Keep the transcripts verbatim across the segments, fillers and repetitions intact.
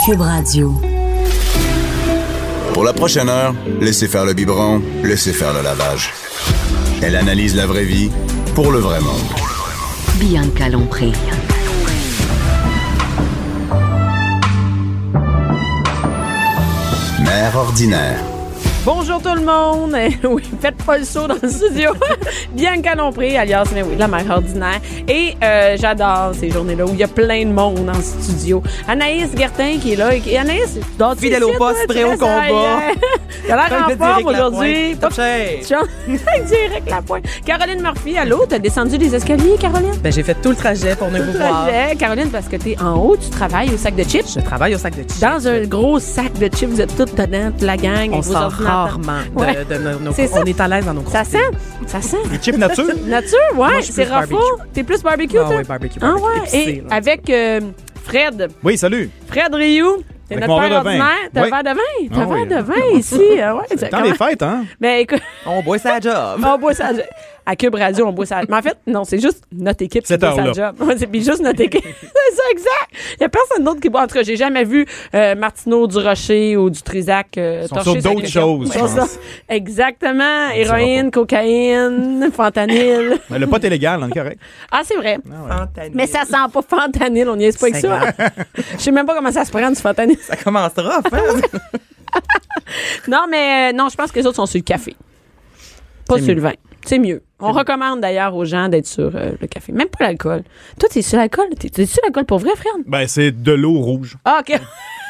Cube Radio. Pour la prochaine heure, laissez faire le biberon, laissez faire le lavage. Elle analyse la vraie vie pour le vrai monde. Bianca Lompré. Mère ordinaire. Bonjour tout le monde. Oui, faites pas le saut dans le studio. Bianca Lompré, alias, mais oui, la mère ordinaire. Et euh, j'adore ces journées-là où il y a plein de monde en studio. Anaïs Gertin qui est là. Et Anaïs, fidèle au poste, prêt au combat. Elle a l'air en forme aujourd'hui. Top shape. Direct la pointe. Caroline Murphy, allô, t'as descendu les escaliers, Caroline? Ben, j'ai fait tout le trajet pour venir vous voir. Trajet. Caroline, parce que t'es en haut, tu travailles au sac de chips. Je travaille au sac de chips. Dans un gros sac de chips, vous êtes toutes dedans, toute la gang. On sort rarement de, ouais. de nos, nos c'est On est à l'aise dans nos Ça sent, ça sent. Les chips nature? Nature, ouais. Moi, c'est raffle. T'es plus barbecue, ah, toi? oui, barbecue, Ah barbecue. ouais. Épicé, Et là. avec euh, Fred. Oui, salut. Fred Rioux. C'est Avec notre mon père verre de vin. ordinaire. T'as Oui. un verre de vin? T'as Ah un oui. verre de vin ici. Ah ouais, C'est le temps des fêtes, hein? Ben écoute, On boit sa job. on boit ça. À Cube Radio, on boit ça. Mais en fait, non, c'est juste notre équipe qui Cette boit sa heure-là. job. Ouais, c'est puis juste notre équipe. C'est ça, exact. Il y a personne d'autre qui boit. En tout cas, j'ai jamais vu euh, Martineau du Rocher ou du Trisac euh, Ils sont torcher sur sa d'autres question. choses, Ouais, je ça. pense. Exactement. On dira Héroïne, cocaïne, fentanyl. Mais le pot est légal, on est correct. Ah, c'est vrai. Fentanyl. Mais ça sent pas fentanyl, on n'y est pas avec ça. Je sais même pas comment ça se prend du fentanyl. Ça commencera, hein? Non, mais euh, non, je pense que les autres sont sur le café. Pas C'est sur mieux. le vin. C'est mieux. On recommande d'ailleurs aux gens d'être sur euh, le café. Même pas l'alcool. Toi, t'es sur l'alcool? T'es, t'es sur l'alcool pour vrai, frère? Ben, c'est de l'eau rouge. Ah, OK.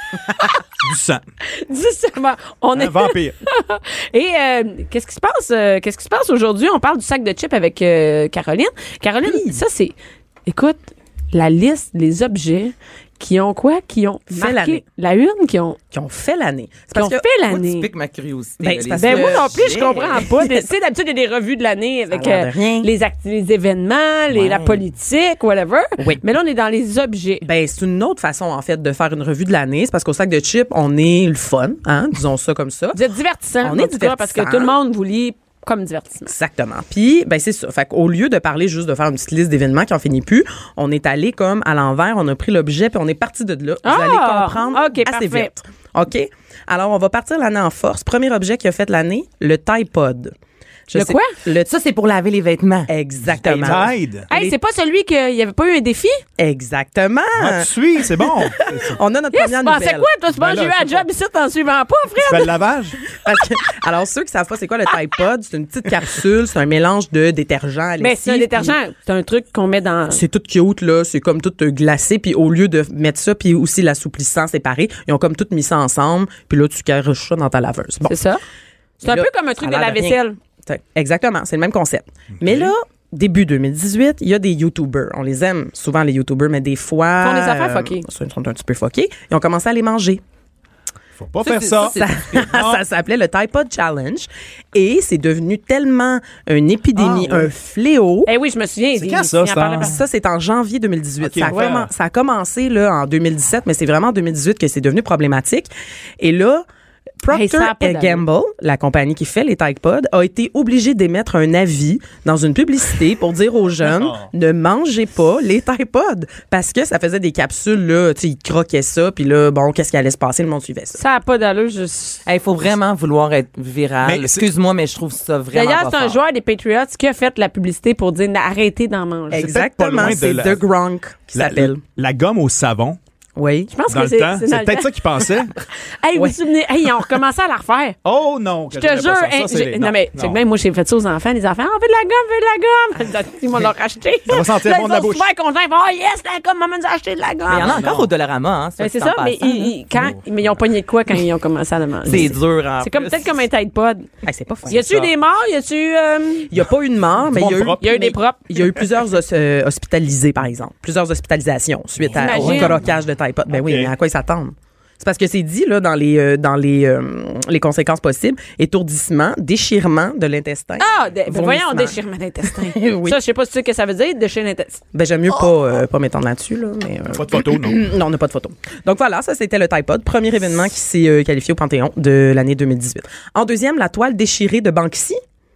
Du sang. Dis ça. bon, On Un est... vampire. Et euh, qu'est-ce qui se passe? euh, qu'est-ce qui se passe aujourd'hui? On parle du sac de chips avec euh, Caroline. Caroline, ça, c'est... Écoute, la liste, les objets qui ont quoi? Qui ont Fait marqué l'année. la une? Qui ont... Qui ont fait l'année. C'est Qui ont parce fait que- l'année. Moi, tu piques ma curiosité. Ben, là, c'est les parce- ben, moi non plus, je objets. comprends pas. Tu sais, d'habitude, il y a des revues de l'année avec a l'air euh, de rien. les, act- les événements, les, Ouais. la politique, whatever. Oui. Mais là, on est dans les objets. Ben, c'est une autre façon, en fait, de faire une revue de l'année. C'est parce qu'au sac de chips, on est le fun, hein, disons ça comme ça. Vous êtes divertissant. On en est tout cas, parce que divertissant. tout le monde vous lit comme divertissement. Exactement. Puis, ben c'est ça. Fait qu'au lieu de parler juste de faire une petite liste d'événements qui en finit plus, on est allé comme à l'envers, on a pris l'objet, puis on est parti de là. Vous Ah! allez comprendre OK, assez parfait. vite. OK? Alors, on va partir l'année en force. Premier objet qui a fait l'année, le Tide Pod. Je Le sais- quoi? Le Ça, c'est pour laver les vêtements. Exactement. Tide. Hey, c'est pas celui qu'il n'y avait pas eu un défi? Exactement. Ah, tu suis, c'est bon. On a notre Yes, première tu pensais nouvelle. quoi? Toi, tu penses Ben que j'ai eu là, un c'est job ici en suivant pas, Tu frère? fais le lavage? Parce que- alors, ceux qui savent pas c'est quoi le Tide Pod, c'est une petite capsule, c'est un mélange de détergent à Mais lessive, c'est un puis- détergent. C'est un truc qu'on met dans... C'est tout cute, là. C'est comme tout euh, glacé. Puis au lieu de mettre ça, puis aussi l'assouplissant séparé, ils ont comme tout mis ça ensemble. Puis là, tu caroches ça dans ta laveuse. Bon. C'est ça? C'est un Là, peu comme un truc de ça a la l'air de vaisselle. T'as- Exactement. C'est le même concept. Mais là, début deux mille dix-huit, il y a des YouTubers. On les aime souvent, les YouTubers, mais des fois... Ils font des affaires fuckées. Ils sont un petit peu fuckés. Ils ont commencé à les manger. Faut pas Ça, faire c'est- ça. ça, Non. Ça s'appelait le Tide Pod Challenge. Et c'est devenu tellement une épidémie, Ah, ouais. un fléau. Eh oui, je me souviens. C'est il- quand il ça, en c'est parlait en- pas. Ça, c'est en janvier deux mille dix-huit. Ok, ça, a ouais. commen- ça a commencé là, en deux mille dix-sept, mais c'est vraiment en deux mille dix-huit que c'est devenu problématique. Et là, Procter Hey, ça a pas and d'allure. Gamble, la compagnie qui fait les Tide Pods, a été obligée d'émettre un avis dans une publicité pour dire aux jeunes Oh. ne mangez pas les Tide Pods parce que ça faisait des capsules là, tu sais, ils croquaient ça, puis là, bon, qu'est-ce qui allait se passer, le monde suivait ça. Ça n'a pas d'allure. Je... Il faut vraiment vouloir être viral. Mais c'est- Excuse-moi, mais je trouve ça vraiment D'ailleurs, pas c'est un fort. joueur des Patriots qui a fait la publicité pour dire arrêtez d'en manger. peut-être pas Exactement, loin de c'est la- The Gronk qui La, s'appelle. la gomme au savon, Oui. Je pense dans que le c'est, temps, c'est c'est dans le peut-être temps. ça qu'ils pensaient. Hey, vous Ouais. vous souvenez? Hey, ils ont recommencé à la refaire. Oh non, que Je j'aimais te pas jure. ça. hein, Ça, c'est j'ai- les- non, mais c'est que même moi, j'ai fait ça aux enfants. Les enfants, on veut de la gomme, on veut de la gomme. Ils m'ont leur acheté. Ça va sentir Là, bon ils de la sont bouche. super contents. Ils vont, oh yes, la gomme, maman nous a acheté de la gomme. Mais il y en a encore au Dollarama, hein. Ben, c'est dit ça, en mais passant, ils, ils- quand, mais ils ont pogné de quoi quand ils ont commencé à le manger? C'est dur, en C'est comme, plus. peut-être comme un Tide Pod. Hey, c'est pas fun. Y a-tu eu des morts? Y a-tu eu, euh, Il n'y a pas eu de mort, mais il y a eu, monde propre. y a eu des propres? il y a eu plusieurs hos- euh, hospitalisés, par exemple. Plusieurs hospitalisations suite à, au T'imagines? croquage de Tide Pod. Ben oui, Ok. mais à quoi ils s'attendent? C'est parce que c'est dit là dans les euh, dans les euh, les conséquences possibles, étourdissement, déchirement de l'intestin. Ah, de- ben voyons, vomissement. déchirement d'intestin. Oui. Ça, je sais pas ce que ça veut dire, déchirement d'intestin. Ben j'aime mieux pas euh, pas m'étendre là-dessus là, mais euh, Pas de photo, non. non, on n'a pas de photo. Donc voilà, ça c'était le Tide Pod, premier événement qui s'est euh, qualifié au Panthéon de l'année deux mille dix-huit. En deuxième, la toile déchirée de Banksy.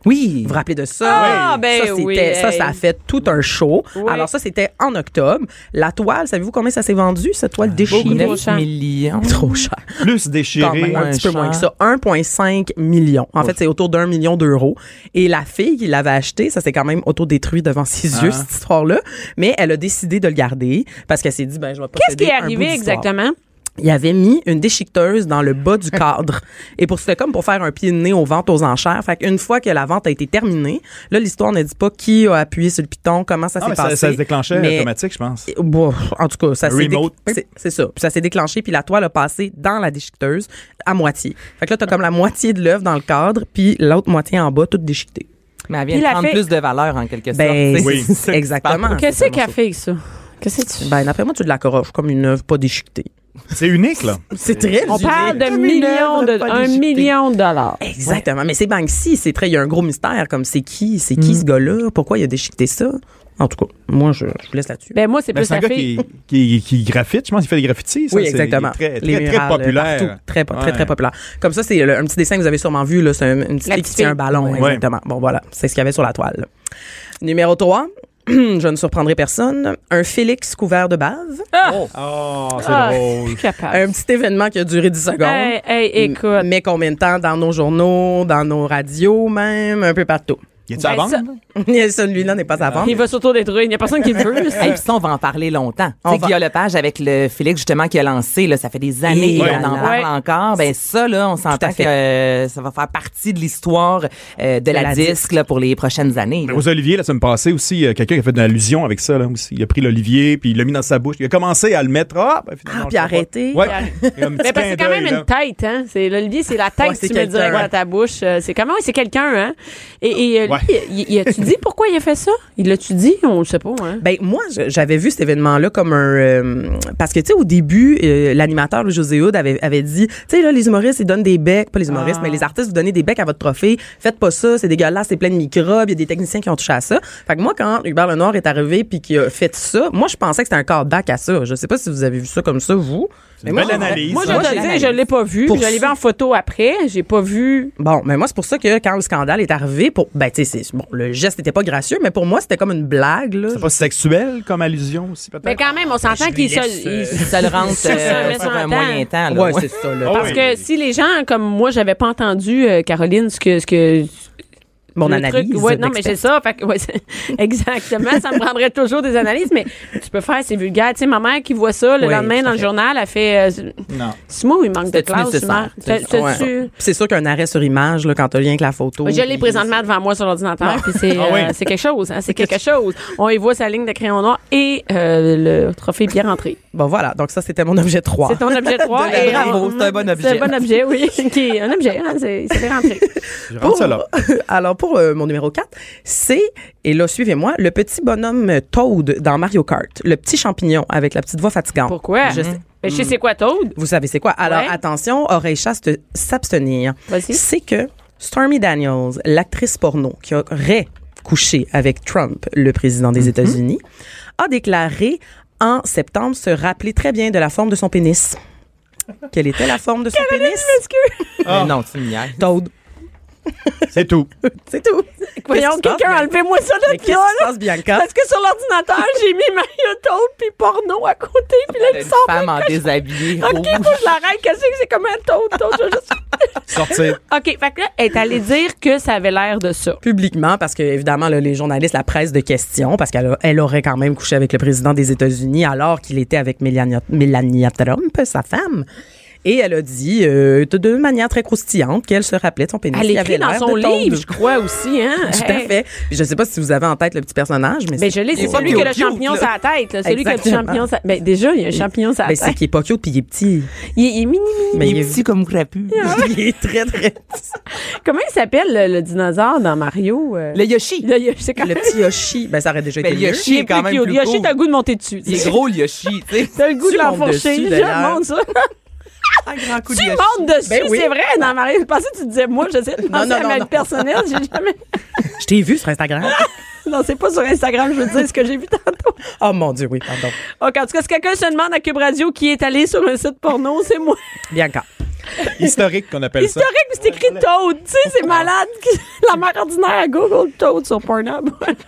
Oui. Vous vous rappelez de ça? Ah, ben ça, c'était- oui, Ça, hey. ça a fait tout un show. Oui. Alors ça, c'était en octobre. La toile, savez-vous combien ça s'est vendu, cette toile déchirée? trop neuf cher. millions. Trop cher. Plus Quand déchiré. même, un moins petit peu cher. moins que ça. un virgule cinq million. En fait, c'est autour d'un million d'euros. Et la fille qui l'avait acheté, ça s'est quand même autodétruit devant ses yeux, Ah. cette histoire-là. Mais elle a décidé de le garder parce qu'elle s'est dit, ben, je vais Qu'est-ce qui posséder est un bout arrivé d'histoire. exactement? Il avait mis une déchiqueteuse dans le bas du cadre. Et pour c'était comme pour faire un pied de nez aux ventes aux enchères. Fait qu'une fois que la vente a été terminée, là, l'histoire ne dit pas qui a appuyé sur le piton, comment ça Ah, s'est mais ça, passé. ça se déclenchait Mais- automatique, je pense. Bon, en tout cas, ça Un s'est dé- remote. c'est c'est ça. Puis ça s'est déclenché, puis la toile a passé dans la déchiqueteuse à moitié. Fait que là, t'as comme la moitié de l'œuvre dans le cadre, puis l'autre moitié en bas, toute déchiquetée. Mais elle vient Il de a prendre fait- plus de valeur, en quelque sorte. Ben, tu sais. oui. C'est ça qui se exactement. passe. Qu'est-ce qu'elle fait, ça? Qu'est-ce que tu... Ben, d'après moi, tu de la corroges comme une œuvre pas déchiquetée. C'est unique, là. C'est très On parle de unique. millions de... Pas un déchiquetée. million de dollars. Exactement. Mais c'est Banksy, c'est très, il y a un gros mystère, comme c'est qui, c'est qui ce gars-là, pourquoi il a déchiqueté ça. En tout cas, moi, je, je vous laisse là-dessus. Ben, moi, c'est Ben, plus c'est un la gars fille. qui, qui, qui graffite, je pense qu'il fait des graffitis. ça, Oui, c'est- exactement. il est Très, Les très, très murales, euh, populaire. partout. Très, très, Ouais. très populaire. Comme ça, c'est le- un petit dessin que vous avez sûrement vu, là. C'est un- une petite La fille qui petite tient un fille. ballon. Ouais. Exactement. Bon, voilà. C'est ce qu'il y avait sur la toile. Numéro trois. Je ne surprendrai personne. Un Félix couvert de bave. Ah! Oh, c'est Ah, drôle. plus capable. Un petit événement qui a duré dix secondes. Hey, hey, écoute. Mais combien de temps dans nos journaux, dans nos radios même, un peu partout. Y a-tu à Ben, vendre? ça- Celui-là n'est pas à vendre. Il va s'autodétruire. Il n'y a personne qui le veut. Et puis ça, on va en parler longtemps. On Tu sais, va- Guillaume Lepage, avec le Félix, justement, qui a lancé, là, ça fait des années Et qu'on voilà. en parle Ouais. encore. Ben ça, là, on Tout à s'entend fait. que euh, ça va faire partie de l'histoire euh, de, la, la disque, disque. là, pour les prochaines années. Mais là. aux Olivier, la semaine passée aussi, euh, quelqu'un qui a fait une allusion avec ça, là, aussi. Il a pris l'Olivier, puis il l'a mis dans sa bouche. Il a commencé à le mettre. Ah, ben, finalement, Ah, je puis sais pas. arrêter. Ouais. Puis Il y a un petit Mais parce que c'est clin quand même d'œil, une là. tête, hein. C'est l'Olivier, c'est la tête Ouais, que c'est tu mets quelqu'un. direct dans ta bouche. Euh, C'est comment? C'est quelqu'un, hein. Et, et euh, lui, Ouais. il, il a-tu dit pourquoi il a fait ça? Il l'a-tu dit? On le sait pas, hein. Ben moi, je- j'avais vu cet événement-là comme un euh, parce que tu sais au début, euh, l'animateur le José Hood avait avait dit, tu sais là les humoristes ils donnent des becs, pas les humoristes, Ah. mais les artistes vous donnez des becs à votre trophée. Faites pas ça, c'est dégueulasse, c'est plein de microbes, il y a des techniciens qui ont touché à ça. Fait que moi quand Hubert Lenoir est arrivé puis qu'il a fait ça, moi je pensais que c'était un callback à ça. Je sais pas si vous avez vu ça comme ça vous. C'est une belle analyse. Moi, je ça. dois te j'ai dire, je l'ai pas vu. Pour Je l'ai vu ça- en photo après. J'ai pas vu. Bon, mais moi c'est pour ça que quand le scandale est arrivé, pour ben tu sais c'est bon le geste était pas gracieux, mais pour moi c'était comme une blague là. C'est pas sexuel comme allusion aussi, peut-être? Mais quand même, on s'entend qu'il se. il- Ça le rentre Ça, ça, euh, mais sur ça un entend. moyen temps. Là, Ouais, ouais. c'est ça là. Oh, Parce oui. que si les gens, comme moi, j'avais pas entendu, euh, Caroline, ce que. Ce que Mon le analyse. truc- ouais, non, mais c'est d'expert. ça. Fait que, ouais, c'est- exactement. Ça me prendrait toujours des analyses, mais tu peux faire, c'est vulgaire. Tu sais, ma mère qui voit ça le Oui, lendemain tout à dans le fait. journal, elle fait. Euh, Non. c'est moi ou il manque de C'était-tu classe, nécessaire? Mère? T'as- C'est- t'as-tu- Ouais. Puis c'est sûr qu'un arrêt sur image là quand t'as rien que la photo. Je l'ai puis- présentement devant moi sur l'ordinateur, puis c'est Ah oui. euh, c'est quelque chose, hein, c'est quelque chose. On y voit sa ligne de crayon noir et euh, le trophée bien rentré. Bon voilà, donc ça c'était mon objet trois. C'est ton objet trois. De la- et, bravo, euh, c'est un bon objet. C'est un bon objet, oui. Qui est un objet, hein, c'est c'est bien rentré. Je rentre ça là. Alors, pour euh, mon numéro quatre, c'est, et là, suivez-moi, le petit bonhomme euh, Toad dans Mario Kart. Le petit champignon avec la petite voix fatigante. Pourquoi? Je sais. Ben, je sais c'est quoi, Toad? Vous savez c'est quoi? Alors, Ouais. attention, oreille chaste, s'abstenir. Vas-y. C'est que Stormy Daniels, l'actrice porno qui aurait couché avec Trump, le président des États-Unis, a déclaré en septembre se rappeler très bien de la forme de son pénis. Quelle était la forme de son pénis? Mais non, tu me niaises. Toad. C'est tout. C'est tout. Voyons, Qu'est-ce qui se passe, quelqu'un, Bianca? enlevez-moi ça Mais de qu'est-ce qui là, se là. passe, Bianca? Parce que sur l'ordinateur, j'ai mis Mario Toad puis porno à côté, puis là, il Une me sort. femme en déshabillé OK, rouge. faut que je l'arrête. Qu'est-ce que c'est comme un Toad? Toad, je veux juste... Sortir. OK, fait que là, elle est allée dire que ça avait l'air de ça. Publiquement, parce que évidemment là, les journalistes, la presse de questions, parce qu'elle a- elle aurait quand même couché avec le président des États-Unis alors qu'il était avec Melania, Melania Trump, sa femme. Et elle a dit euh, de, de manière très croustillante qu'elle se rappelait de son pénis. Elle Il écrit avait dans l'air son de Toad. livre, je crois aussi, hein? Tout à Hey. fait. Puis je sais pas si vous avez en tête le petit personnage, mais Ben, c'est je l'ai, c'est Il est pas celui qui a le cute, champignon là. sur la tête, là. Celui qui a le Exactement. champignon sur Ben, déjà, il y a un champignon sur la ben, c'est tête. qu'il est pas cute puis il est petit. Il, est- il est mini, mini. Mais Il est petit comme crapu. il est très très petit. Comment il s'appelle, le, le dinosaure dans Mario? euh? Le Yoshi. Le Yoshi, c'est quand Le petit Yoshi, ben ça aurait déjà Ben, été mieux. Yoshi Il est est quand plus même cute. plus Yoshi, cool. t'as le goût de monter dessus. Il est gros, le Yoshi, tu sais. T'as le goût de Tu montes l'enfourcher. dessus, Je d'ailleurs. monte ça. Un grand coup de Tu Yoshi. montes dessus, Ben oui. c'est vrai, dans Mario. Je pensais que tu disais, moi, j'essaie de penser non, à non, ma non. vie personnelle. J'ai jamais. Je t'ai vu sur Instagram. Non, c'est pas sur Instagram, je veux dire ce que j'ai vu tantôt. Oh mon Dieu, oui, pardon. OK, en tout cas, si quelqu'un se demande à Cube Radio qui est allé sur un site porno, c'est moi. Bianca. Historique qu'on appelle ça. Historique, mais c'est écrit Toad. Tu sais, c'est malade. La mère ordinaire à Google Toad sur Pornhub.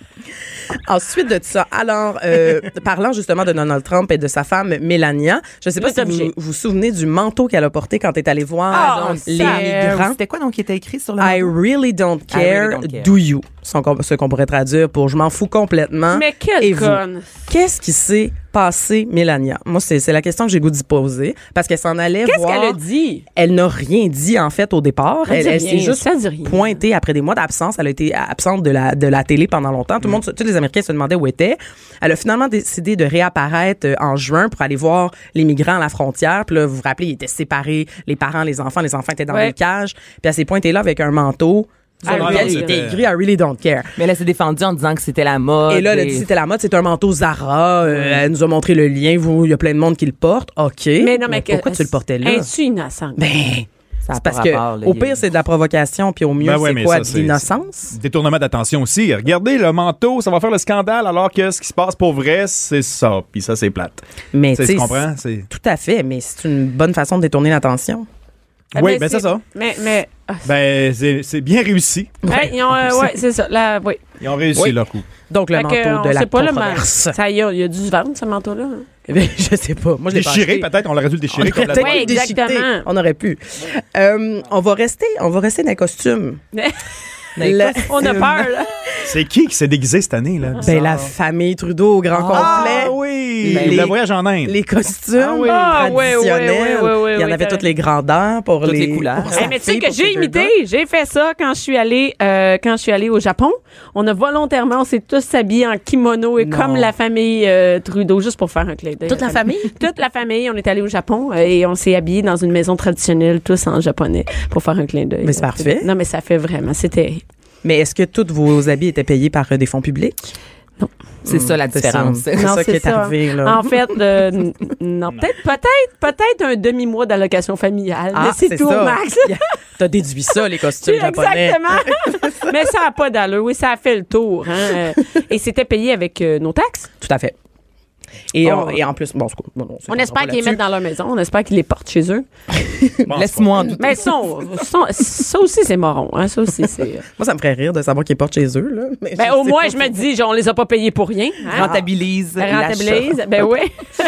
Ensuite de ça, alors, euh, parlant justement de Donald Trump et de sa femme Melania, je ne sais pas Oui, si vous vous souvenez du manteau qu'elle a porté quand elle est allée voir Ah, donc, les ça, migrants. C'était quoi donc qui était écrit sur le I manteau? really don't I care, really don't care. do you? Ce qu'on ce qu'on pourrait traduire pour je m'en fous complètement. Mais Et quelle vous? conne. Qu'est-ce qui s'est passé, Melania? Moi, c'est c'est la question que j'ai goût d'y poser parce qu'elle s'en allait Qu'est-ce voir. qu'elle a dit? Elle n'a rien dit, en fait, au départ. Elle Elle, dit elle rien, s'est juste ça dit rien. pointée après des mois d'absence. Elle a été absente de la, de la télé pendant longtemps. Tout le monde, se- tous les Américains se demandaient où elle était. Elle a finalement décidé de réapparaître euh, en juin pour aller voir les migrants à la frontière. Puis là, vous vous rappelez, ils étaient séparés, les parents, les enfants. Les enfants étaient dans Ouais. des cages. Puis elle s'est pointée là avec un manteau sur Ah, lequel non, il était c'était- écrit « I really don't care ». Mais elle s'est défendue en disant que c'était la mode. Et là, elle a dit c'était la mode, c'est un manteau Zara. Euh, elle nous a montré le lien. Vous, il y a plein de monde qui le porte. OK. Mais non, mais, que- pourquoi tu le portais là? Es-tu innocente? Ben, Ça a c'est pas parce que rapport, là, au il- pire, c'est de la provocation, puis au mieux, Ben ouais, c'est mais quoi? ça, De c'est- l'innocence? Détournement d'attention aussi. Regardez le manteau, ça va faire le scandale alors que ce qui se passe pour vrai, c'est ça. Puis ça, c'est plate. Mais Tu sais, tu sais, tu comprends? C'est- tout à fait, mais c'est une bonne façon de détourner l'attention. Ah, Oui, mais ben c'est ça. Mais, mais, ah, Ben, c'est c'est bien réussi. ouais, ils ont, euh, ouais, c'est ça. Là, oui. Ils ont réussi Oui. leur coup. Donc, le Fait manteau que, on de la sait pas le controverse. Ça y a, il y a dû se vendre, ce manteau-là. hein. Eh bien, je sais pas. Moi, je l'ai pas Déchiré, acheté. peut-être. On aurait dû le On déchirer aurait complètement. peut-être Ouais, pu le déchiqueter. exactement. On aurait pu. Euh, on va rester, on va rester dans les costumes. Le- On a peur, là. C'est qui qui s'est déguisé cette année, là? Ben, la famille Trudeau au grand Ah complet. oui! Les- Le voyage en Inde. Les costumes Ah oui. Ah, ouais, traditionnels. ouais, ouais, ouais, ouais, Il y en ouais, avait t'as- toutes les grandeurs pour Toutes les, les couleurs. pour Hey, sa Hey, mais tu sais fille, que pour j'ai ses deux imité, gars. j'ai fait ça quand je suis allée euh, quand je suis allée au Japon. On a volontairement, on s'est tous habillés en kimono et Non. comme la famille euh, Trudeau, juste pour faire un clin d'œil. Toute la famille? Toute la famille, on est allé au Japon euh, et on s'est habillés dans une maison traditionnelle, tous en japonais, pour faire un clin d'œil. Mais c'est parfait. Non, mais ça fait vraiment, c'était... Mais est-ce que tous vos habits étaient payés par euh, des fonds publics? C'est ça la C'est différence. ça. Non, ça qui c'est est ça. arrivé, là. En fait, euh, n- non, peut-être, peut-être, peut-être un demi-mois d'allocation familiale, mais c'est tout, ça. Max. Yeah. T'as déduit ça, les costumes japonais. Exactement. Mais ça n'a pas d'allure. Oui, ça a fait le tour. Hein. Euh, Et c'était payé avec euh, nos taxes. Tout à fait. Et, Oh. on- et en plus, bon, c'est cool. Bon, non, c'est On pas espère grave qu'ils les mettent dans leur maison. On espère qu'ils les portent chez eux. Laisse-moi en douter. Mais ça, on- ça, ça aussi, c'est marron. Hein. Ça aussi, c'est... Moi, ça me ferait rire de savoir qu'ils portent chez eux. Là. Mais Ben, je au sais moins, pas je me pour- dis, on les a pas payés pour rien. Hein. Rentabilise. Rentabilise. l'achat. Ben oui.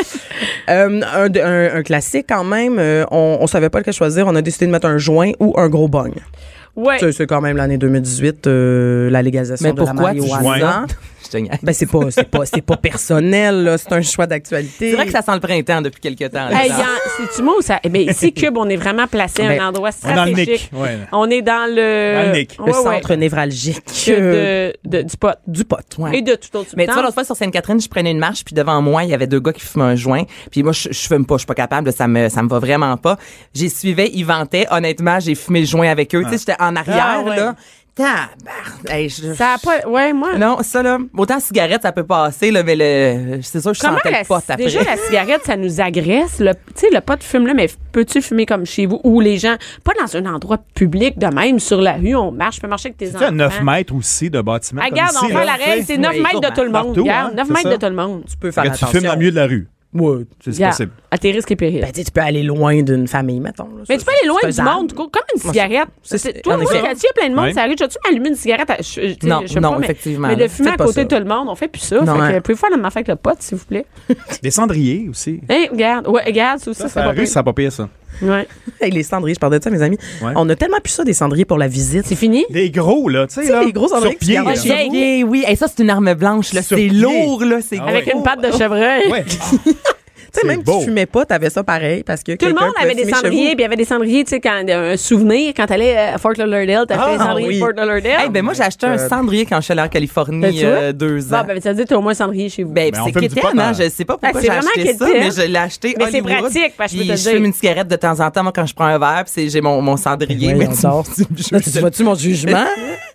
Euh, un, de- un, un classique, quand même, euh, on, on savait pas lequel choisir. On a décidé de mettre un joint ou un gros bong. Ouais. C'est, c'est quand même l'année deux mille dix-huit, euh, la légalisation Mais de la pourquoi tu marijuana. Je te niaise. Ben, c'est pas, c'est pas, c'est pas personnel, là. C'est un choix d'actualité. C'est vrai que ça sent le printemps depuis quelques temps. là. Hey, y en- c'est-tu moi ou ça? Eh bien, ici, Cube, on est vraiment placé à Ben, un endroit On est dans le stratégique. Nick. Ouais. On est dans le... Dans le Nick. le Ouais, ouais. centre névralgique Que euh, de, de- du pot. du pot. Ouais. Et de tout autre Mais tu vois, substance. l'autre fois, sur Sainte-Catherine, je prenais une marche, puis devant moi, il y avait deux gars qui fumaient un joint. Puis moi, je, je fume pas, je suis pas capable, ça me, ça me va vraiment pas. J'y suivais, ils vantaient. Honnêtement, j'ai fumé le joint avec eux. Tu sais, j'étais en arrière, Ah, ouais. là. Tabarn- hey, je- Ça a pas... Ouais, moi... Non, ça, là, autant cigarette, ça peut passer, là, mais le, c'est sûr, je Comment sentais la, le pot après. déjà la cigarette, ça nous agresse. Le- Tu sais, le pot fume là, mais peux-tu fumer comme chez vous ou les gens, pas dans un endroit public de même, sur la rue, on marche, tu peux marcher avec tes Tu enfants. sais, à neuf mètres aussi de bâtiment. Ah, comme regarde, on ici, fait là, la tu sais. règle, c'est neuf Oui, mètres de tout le monde. partout, Regarde, hein, neuf c'est mètres ça. de tout le monde. Tu peux faire Regarde, tu attention. fumes dans le milieu de la rue. Ouais. C'est c'est Regarde, possible. à tes risques et périls. Ben, tu sais, tu peux aller loin d'une famille, mettons. là. Mais Ça, tu peux aller loin c'est du faisable. monde, co- comme une Moi, cigarette. c'est- C'est- c'est- Toi, en moi, effet. quand il y a plein de monde, Ouais. ça arrive. Tu m'allumer une cigarette? à- je- tu sais, Non, je sais non, pas, mais- effectivement, Mais de là. fumer à Faites pas côté ça. de tout le monde, on fait plus ça. Non, Fait que, hein. pouvez-vous faire la même affaire avec le pot, s'il vous plaît? Des cendriers aussi. Hein, regarde. Ouais, regarde, ça aussi, Ça, c'est c'est la pas rue, pire. ça pas pire, ça. Ouais. Hey, les cendriers, je parlais de ça, mes amis. Ouais. On a tellement plus ça, des cendriers pour la visite. C'est fini? Des gros, là, tu sais, Tu sais, là. les gros cendriers sur qui pied, gardent là. la Vieille. Oui, oui. Et ça, c'est une arme blanche, là. Sur C'est pied. lourd, là. C'est Ah Avec ouais. une patte de chevreuil. Ouais. Tu sais, C'est même beau. si tu fumais pas, t'avais ça pareil parce que Tout le quelqu'un monde pouvait avait des fumer chez cendriers, vous. puis il y avait des cendriers, tu sais, quand un souvenir, quand t'allais à Fort Lauderdale, t'as fait des Ah, cendriers oui. Fort Lauderdale. Hey, ben moi, j'ai acheté un Euh, cendrier quand je suis allée en Californie Ben, tu vois? euh, deux Bon, ans. ben, ça veut dire que t'as au moins un cendrier chez vous. Ben, Mais on c'est fume du quétaine, pot hein. dans- Je sais pas Ah, pourquoi c'est j'ai vraiment acheté ça, quétaine. mais je l'ai acheté Mais c'est Hollywood. pratique, parce que je peux Puis te je dire- fume une cigarette de temps en temps, moi, quand je prends un verre, puis c'est- j'ai mon, mon cendrier. Ben, mais voyons tu- donc. tu- je- Là, tu vois-tu mon jugement?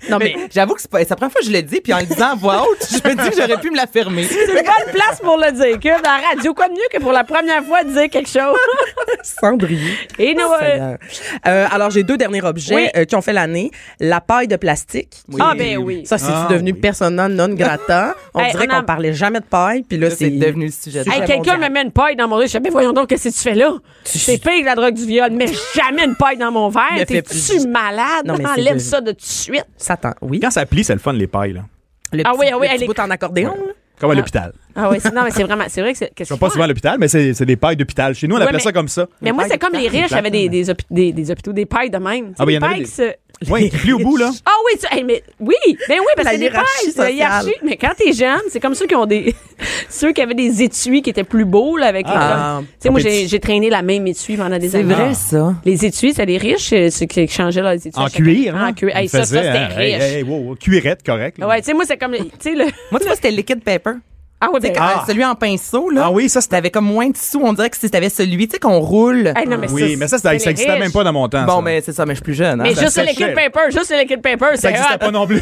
Non, mais. Mais j'avoue que c'est pas, c'est la première fois que je le dis, puis en le disant à voix haute, je me dis que j'aurais pu me la fermer. C'est une bonne place pour le dire. Que dans la radio, quoi de mieux que pour la première fois dire quelque chose? Cendrier. Et nous, euh, Seigneur. Euh, alors, j'ai deux derniers objets Oui. euh, qui ont fait l'année. La paille de plastique. Ah, ben oui. Ça, c'est Ah, devenu oui. persona non grata. On Hey, dirait on en- qu'on parlait jamais de paille, puis là, Là, c'est c'est devenu le sujet. de- Hey, sujet quelqu'un mondial. me met une paille dans mon verre. Je dis, mais voyons donc, qu'est-ce que tu fais là? C'est pire que la drogue du viol. Mais jamais une paille dans mon verre. Ne fais plus T'es-tu du- malade? Non, mais c'est Enlève de- ça de tout de suite. Satan, oui. Quand ça plie, c'est le fun, les pailles, là. Le Ah petit, oui, ah oui, le elle petit est- bout en accordéon. là. Comme à l'hôpital. Ah oui, c'est- non, mais c'est vraiment, c'est vrai que c'est. Je vais pas souvent à l'hôpital, mais c'est c'est des pailles d'hôpital. Chez nous, on Ouais, appelait mais- ça comme ça. Mais moi, paille c'est comme les riches plate, avaient des, des, hôpi- des, des hôpitaux, des pailles de même. Ah, ben, des il y en avait pailles des- qui se- Oui, qui plie au bout, là. Ah oui, tu, hey, mais oui, ben oui, parce La que c'est des hiérarchie pailles, c'est la sociale. hiérarchie. Mais quand t'es jeune, c'est comme ceux qui ont des, ceux qui avaient des étuis qui étaient plus beaux, là, avec les, Ah. comme- tu sais, moi, Ah, j'ai, j'ai traîné la même étui pendant des C'est années. vrai, ça. Les étuis, c'est les riches, euh, ceux qui changeaient leurs étuis. à En chaque- cuir, En hein? cuir. Hey, Ils ça, ça, faisaient, c'était hein? Hey, riche. hey, wow, wow, cuirette, correct. là. Ouais, tu sais, moi, c'est comme, tu sais, le, Moi, tu vois, c'était liquid paper. ah ouais, Tu sais, ben, quand- Ah. celui en pinceau, là. Ah oui, ça, c'était. T'avais comme moins de sous. On dirait que si t'avais celui, tu sais, qu'on roule. hey, non, mais Oui, mais ça, ça, c'est ça les existait riches. même pas dans mon temps. Bon, ça. mais c'est ça, mais je suis plus jeune. Hein? Mais ça juste le séchait. liquid paper, juste le liquid paper, Ça c'est n'existait hot. pas non plus.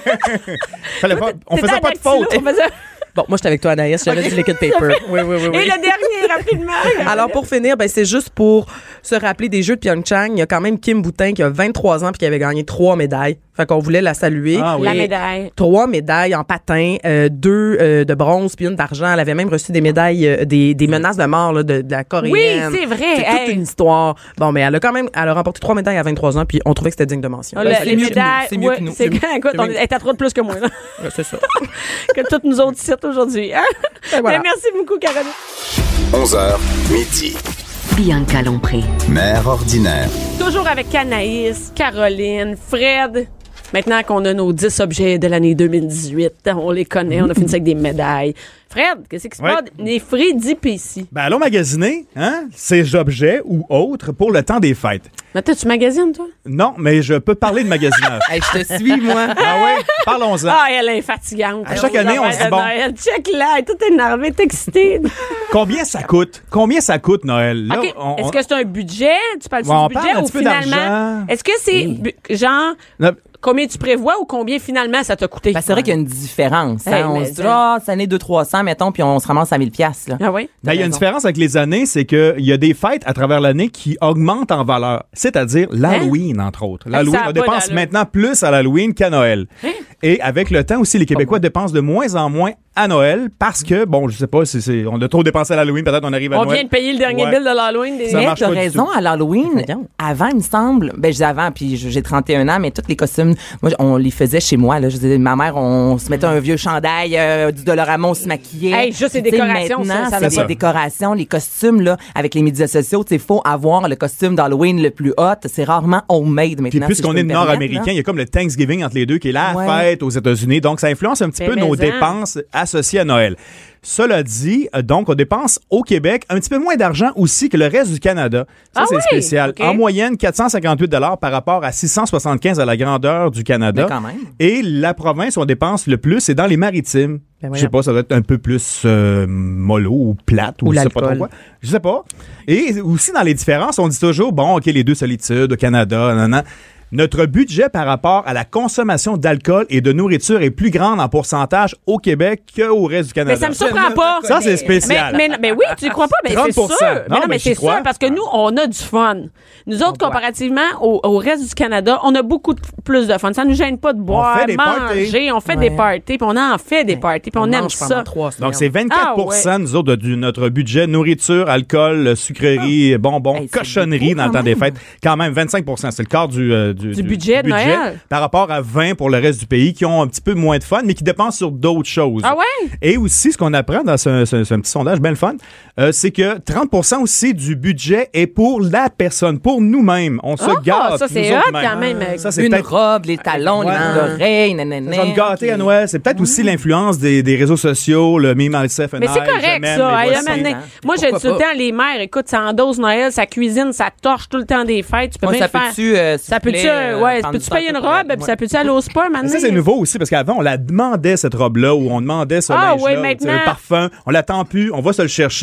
Fallait pas, on T'étais faisait à pas de dactylo, faute. on faisait- Bon, moi, j'étais avec toi, Anaïs. J'avais du liquid paper. Oui, oui, oui. oui. Et le dernier, rapidement. Alors, pour finir, ben, c'est juste pour se rappeler des Jeux de Pyeongchang. Il y a quand même Kim Boutin qui a vingt-trois ans puis qui avait gagné trois médailles. Fait qu'on voulait la saluer. Ah oui. La Et médaille. Trois médailles en patin, euh, deux euh, de bronze puis une d'argent. Elle avait même reçu des médailles, euh, des, des menaces de mort là, de, de la coréenne. Oui, c'est vrai. C'est toute Hey. une histoire. Bon, mais elle a quand même, elle a remporté trois médailles à vingt-trois ans puis on trouvait que c'était digne de mention. Ah, Ben, le- c'est les mieux que nous. médailles, c'est mieux ouais, que nous. c'est C'est quand, écoute, C'est on mieux. est à trop de plus que moi, là. Ouais, c'est ça. que tous nous autres sites aujourd'hui. Hein? voilà. Mais merci beaucoup, Caroline. onze heures, midi. Bianca Lompré. Mère ordinaire. Toujours avec Anaïs, Caroline, Fred. Maintenant qu'on a nos dix objets de l'année deux mille dix-huit, on les connaît, on a fini ça avec des médailles. Fred, qu'est-ce qui se Ouais. passe? Les Fredipéties. Ben, allons magasiner, hein, ces objets ou autres pour le temps des fêtes. Mais t'as-tu magasines, toi? Non, mais je peux parler de magasinage. Hey, je te suis, moi. Ah ouais? Parlons-en. Ah, elle est fatigante. À chaque année, on se dit, bon. Elle check là, elle est toute énervée, elle est excitée. Combien ça coûte? Combien ça coûte, Noël? Là, OK, on- est-ce on- que c'est un budget? Tu parles Ouais, on du parle budget un ou petit peu finalement? d'argent. Est-ce que c'est bu- genre Là, combien tu prévois ou combien finalement ça t'a coûté? Ben, c'est vrai qu'il y a une différence. Hein? Hey, on mais se dit, ça- ah, cette année deux trois cents, mettons, puis on se ramasse à mille piastres. Là. Ah oui? ben, il y a une raison. différence avec les années, c'est qu'il y a des fêtes à travers l'année qui augmentent en valeur. C'est-à-dire l'Halloween, entre autres. L'Halloween, ça a on pas dépense d'allure. maintenant plus à l'Halloween qu'à Noël. Et avec le temps aussi, les Québécois dépensent de moins en moins à Noël parce que, bon, je sais pas, c'est, c'est- on a trop dépensé à l'Halloween, peut-être on arrive à On Noël. vient de payer le dernier Ouais. bill de l'Halloween. Des... Ça Mais marche t'as pas du raison, tout. à l'Halloween, Voyons. avant, il me semble, ben, je dis avant, puis je- j'ai trente et un ans, mais tous les costumes, moi, on les faisait chez moi, là. Je disais, ma mère, on se mettait un vieux chandail, euh, du Dolorama, on se maquillait. Hey, juste les Tu sais, décorations, maintenant, ça, ça c'est va des pas. décorations, les costumes, là, avec les médias sociaux, tu sais, faut avoir le costume d'Halloween le plus hot. C'est rarement homemade maintenant. Puis si puisqu'on je peux est me permettre, nord-américain, là. il y a comme le Thanksgiving entre les deux qui est la Ouais. fête aux États-Unis. Donc, ça influence un petit Ben, peu nos mais en. dépenses associées à Noël. Cela dit, euh, donc, on dépense au Québec un petit peu moins d'argent aussi que le reste du Canada. Ça, Ah c'est oui? spécial. OK. En moyenne, quatre cent cinquante-huit dollars par rapport à six cent soixante-quinze à la grandeur du Canada. Mais quand même. Et la province où on dépense le plus, c'est dans les maritimes. Ben je sais voyons. pas, ça doit être un peu plus euh, mollo ou plate ou, Ou je sais pas trop l'alcool. quoi. Je sais pas. Et aussi dans les différences, on dit toujours, bon, OK, les deux solitudes au Canada, nan, nan. Notre budget par rapport à la consommation d'alcool et de nourriture est plus grande en pourcentage au Québec qu'au reste du Canada. Mais ça me surprend pas. Ça, c'est spécial. Mais, mais, mais oui, tu ne crois pas, mais c'est trente pour sûr. cent. Mais Non, non, mais mais j'y c'est crois. sûr, parce que nous, on a du fun. Nous autres, boit. comparativement au, au reste du Canada, on a beaucoup de- plus de fun. Ça nous gêne pas de boire, fait des manger, parties. on fait Ouais. des parties, puis on en fait des parties, puis on, aime mange pendant ça. trois semaines. Donc, c'est vingt-quatre pour cent, Ah, nous autres, de, de notre budget nourriture, alcool, sucreries, bonbons, Hey, c'est cochonneries beaucoup, dans le quand temps des même. fêtes. Quand même, vingt-cinq pour cent. C'est le quart du, euh, du, Du budget de Noël. par rapport à vingt pour le reste du pays qui ont un petit peu moins de fun, mais qui dépensent sur d'autres choses. Ah ouais? Et aussi, ce qu'on apprend dans ce, ce- ce petit sondage bien le fun, euh, c'est que trente pour cent aussi du budget est pour la personne, pour nous-mêmes. On se Ah, gâte. ça, c'est nous hot autres mêmes. quand même. Ça, c'est Une peut-être... robe, les talons, Ouais. les boucles d'oreilles, nanana. Ça va me gâter à Noël. C'est peut-être aussi l'influence des, des réseaux sociaux, le me, myself and Mais c'est I, correct, je m'aime, ça. les Hey, voici. là, maintenant, hein. moi, j'ai tout Pourquoi le temps les mères. Écoute, ça endosse Noël, ça cuisine, ça torche tout le temps des fêtes. Tu peux Moi, bien ça faire. peut-tu, euh, s'il Ça vous peut-tu, plaît, euh, euh, ouais, prendre peux-tu du temps payer une pour- robe, puis Ouais. ça peut-tu aller au spa maintenant? Mais ça, c'est nouveau aussi, parce qu'avant, on la demandait, cette robe-là, ou on demandait ce Ah, linge-là, oui, ou, tu sais, maintenant- le parfum. On l'attend plus, on va se le chercher.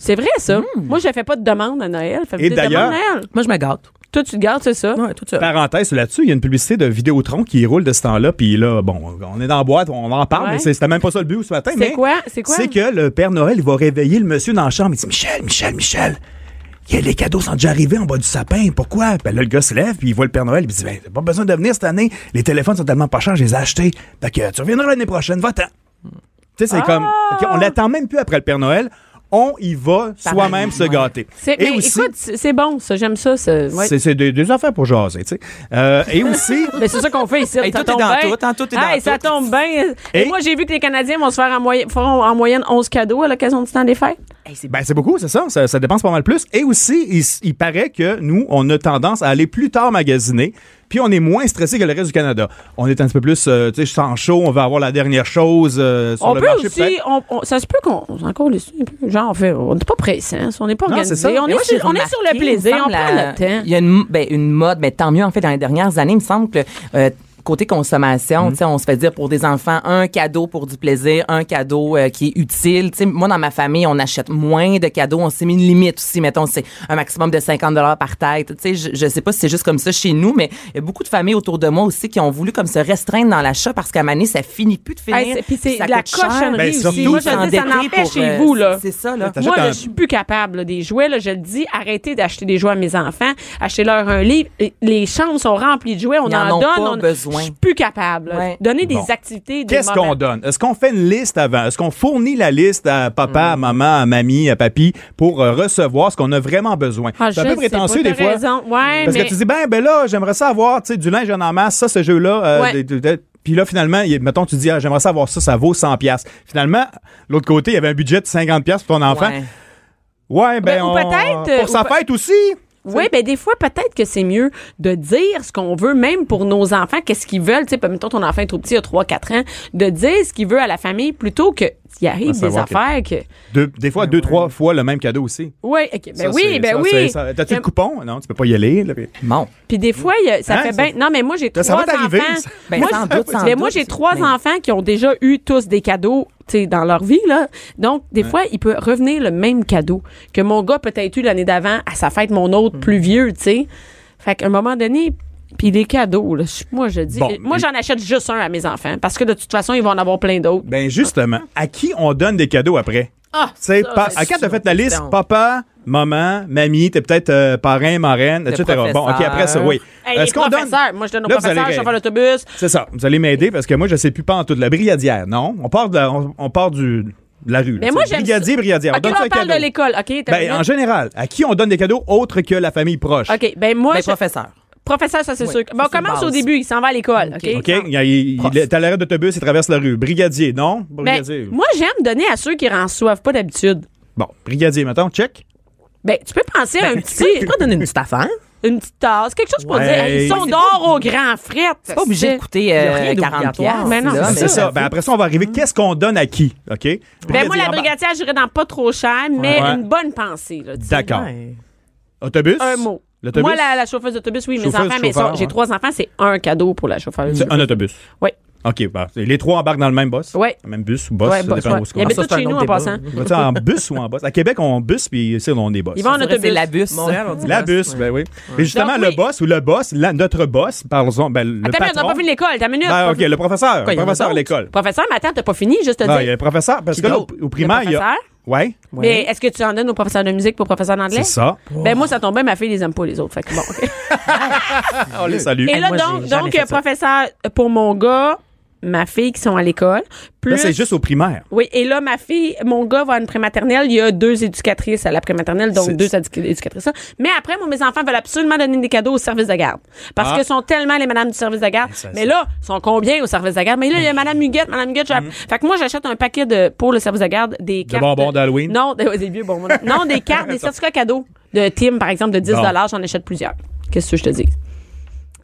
C'est vrai, ça. Moi, je fais pas de demande à Noël. Fais-moi Et des d'ailleurs- demandes à Noël. Moi, je me gâte. Toi, tu te gardes, c'est ça? Ouais, tout ça. Parenthèse là-dessus, il y a une publicité de Vidéotron qui roule de ce temps-là, puis là, bon, on est dans la boîte, on en parle, Ouais. mais c'est- c'était même pas ça le but ce matin. C'est mais quoi? C'est quoi? C'est que le Père Noël, il va réveiller le monsieur dans la chambre, il dit « Michel, Michel, Michel, il y a les cadeaux sont déjà arrivés en bas du sapin, pourquoi? » Ben là, le gars se lève, puis il voit le Père Noël, puis il dit « Ben, t'as pas besoin de venir cette année, les téléphones sont tellement pas chers, je les ai achetés, fait que tu reviendras l'année prochaine, va-t'en. » Tu sais, c'est Ah! comme, ok, on l'attend même plus après le Père Noël, on y va soi-même se gâter. C'est, Et mais aussi, écoute, c'est c'est bon, ça. J'aime ça. ça ouais. c'est c'est des, des affaires pour jaser, tu sais. Euh, et aussi... Mais c'est ça qu'on fait ici. Hey, ça tout est tombe dans bien. tout, hein, tout est dans Hey, ça tout. tombe bien. Et, Et- moi, j'ai vu que les Canadiens vont se faire en moyenne, feront en moyenne onze cadeaux à l'occasion du temps des fêtes. Ben, c'est beaucoup, c'est ça. ça. Ça dépense pas mal plus. Et aussi, il, s- il paraît que nous, on a tendance à aller plus tard magasiner, puis on est moins stressé que le reste du Canada. On est un petit peu plus, euh, tu sais, sans chaud, on va avoir la dernière chose euh, sur On le peut marché. aussi, peut-être. on, on- ça se peut qu'on on encore les un peu, genre, on fait, on n'est pas pressé, hein, on n'est pas Non, organisé, c'est ça. on, Mais est moi, sur, j'ai on est sur le remarqué, plaisir, il me on semble, prend la- le temps. Il y a une, ben, une mode, mais tant mieux, en fait, dans les dernières années, il me semble que euh, côté consommation, tu sais, on se fait dire pour des enfants, un cadeau pour du plaisir, un cadeau euh, qui est utile. Tu sais, moi, dans ma famille, on achète moins de cadeaux. On s'est mis une limite aussi. Mettons, c'est un maximum de cinquante dollars par tête. Tu sais, je, je sais pas si c'est juste comme ça chez nous, mais il y a beaucoup de familles autour de moi aussi qui ont voulu comme se restreindre dans l'achat parce qu'à un moment donné, ça finit plus de finir. Hey, c'est- puis c'est ça de la coûte cher. cochonnerie Ben, aussi. surtout, Moi, je le dis, ça s'endetter n'en fait pour, chez euh, vous, là. C'est ça, là. T'achètes Moi, un- je suis plus capable. là, des jouets, là, je le dis, arrêtez d'acheter des jouets à mes enfants. Achetez-leur un livre. Et Les chambres sont remplies de jouets. On Ils en en ont donne. pas on- besoin. Je suis plus capable. là. Ouais. Donner des Bon. activités. des Qu'est-ce moments. qu'on donne? Est-ce qu'on fait une liste avant? Est-ce qu'on fournit la liste à papa, à maman, à mamie, à papy pour euh, recevoir ce qu'on a vraiment besoin? Ah, c'est un je peu sais prétentieux pas, des t'as fois. raison. Ouais, Parce mais- que tu dis, ben, ben là, j'aimerais ça avoir, tu sais, du linge en masse, ça, ce jeu-là. euh, Ouais. des- des- des- Puis là, finalement, il- mettons, tu dis, ah, j'aimerais ça avoir ça, ça vaut cent piastres. Finalement, l'autre côté, il y avait un budget de cinquante piastres pour ton enfant. Ouais. Ouais, ben, Ben, ou on- peut-être, pour ou sa pe- fête aussi. Oui, ben des fois, peut-être que c'est mieux de dire ce qu'on veut, même pour nos enfants, qu'est-ce qu'ils veulent. Tu sais, mettons, ton enfant est trop petit, il a trois quatre ans, de dire ce qu'il veut à la famille plutôt que s'il arrive Ouais, des savoir que- affaires que... Deux- des fois, deux, trois fois le même cadeau aussi. Oui, OK. Ben Ça, oui, c'est- ben ça, oui. c'est- ça- T'as-tu le coupon? Non, tu peux pas y aller. là, puis- Bon. Puis des fois, il y a- ça Hein, fait ça- bien... Non, mais moi, j'ai Ça, ça trois va t'arriver, enfants. ça. Ben, moi, sans doute, sans mais moi, doute. j'ai trois Mais- enfants qui ont déjà eu tous des cadeaux, tu sais, dans leur vie, là. Donc, des fois, il peut revenir le même cadeau que mon gars peut-être eu l'année d'avant à sa fête, mon autre plus vieux, tu sais. Fait qu'à un moment donné... Puis les cadeaux, là, je- moi, je dis... Bon, moi, et- j'en achète juste un à mes enfants parce que de toute façon, ils vont en avoir plein d'autres. Ben, justement, à qui on donne des cadeaux après? Ah, Tu sais, ça, pa- c'est à quand t'as une fait la liste? question. Papa, maman, mamie, t'es peut-être euh, parrain, marraine, et cetera. Bon, OK, après ça, oui. Hey, les Est-ce qu'on donne... professeurs, moi je donne aux Là, vous allez professeurs, ré- chauffeur d'autobus. C'est ça. Vous allez m'aider parce que moi, je sais plus pas en tout. La brigadière, non? On part de la, on, on part du, de la rue. Mais là, moi, tu sais. j'aime Brigadier, ça. brigadière. OK, on donne là, un on parle cadeau. de l'école, OK? t'as Ben, une en minute? général, à qui on donne des cadeaux autres que la famille proche? OK, ben moi, Ben, je- professeur. professeur, ça c'est Oui, sûr. ça, Bon, on c'est commence base. au début, il s'en va à l'école, OK? OK? Il, y a- il, il est à l'arrêt d'autobus, il traverse la rue. Brigadier, non? Ben, Brigadier. moi, j'aime donner à ceux qui en reçoivent pas d'habitude. Bon, brigadier, mettons, check. Ben, tu peux penser à un Tu petit, peux pas donner une petite affaire? une petite tasse, quelque chose pour Ouais. dire, hey, ils sont C'est d'or au grand fret. C'est pas obligé de coûter y a euh, rien quarante d'obligatoire. piastres. Mais non, là, c'est C'est ça. ça. Ben, après ça, on va arriver. Qu'est-ce qu'on donne à qui? OK? Ben, moi, Brigadier, la en bas. brigadière, j'irais dans pas trop cher, mais Ouais. une bonne pensée, là, tu sais. D'accord. Ouais. Autobus? Un mot. L'autobus? Moi, la, la chauffeuse d'autobus, oui, mes Chauffeuse, enfants, mais chauffeur, ça, j'ai ouais. trois enfants, c'est un cadeau pour la chauffeuse. C'est un autobus. Oui. OK, ben, les trois embarquent dans le même bus? Ouais. Le même bus ou bus? Ouais, ça bus, dépend ouais. où ce Il y avait qu'on tout c'est un chez nous autre en débat. passant. va. Va-tu en bus ou en bus? À Québec, on bus, puis ici, on a des bus. Ils vont en Ça dirait que autobus. c'est la bus. Montréal, on dit La bus, bus, ouais. ben oui. Mais justement, Donc, le oui. boss ou le boss, la- notre boss, parlons, ben, le Attends, mais on n'a patron. pas fini l'école, t'as une minute. Ben, OK, le professeur. Quoi, Le il y en a professeur à d'autres? l'école. Professeur, mais attends, t'as pas fini, juste te Non, il y a dire. le professeur, parce Qui que là, au, d'autre? au primaire, il y a... professeur? Ouais, Mais est-ce que tu en donnes aux professeurs de musique pour professeurs d'anglais? c'est ça. Ben moi, ça tombe bien, ma fille les aime pas, les autres. Fait que bon, OK. On les salue. Et là, moi, donc, j'ai jamais donc fait ça. professeur pour mon gars, ma fille qui sont à l'école. Plus, Là, c'est juste au primaire. Oui, et là, ma fille, mon gars va à une prématernelle. Il y a deux éducatrices à la prématernelle, donc C'est- deux édu- éducatrices. Mais après, moi, mes enfants veulent absolument donner des cadeaux au service de garde. Parce Ah. que sont tellement les madames du service de garde. ça, Mais ça. là, sont combien au service de garde? Mais là, il y a madame Huguette, madame Huguette. j'ai- Fait que moi, j'achète un paquet de, pour le service de garde, des cartes. bonbons d'Halloween? Non, des, des vieux bonbons. Non, des cartes, des certificats cadeaux de Tim, par exemple, de dix Bon. J'en achète plusieurs. Qu'est-ce que je te dis?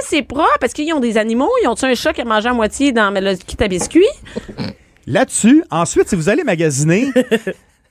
c'est propre? Est-ce qu'ils ont des animaux? Ils ont-tu un chat qui a mangé à moitié dans le kit à biscuits? Là-dessus, ensuite, si vous allez magasiner,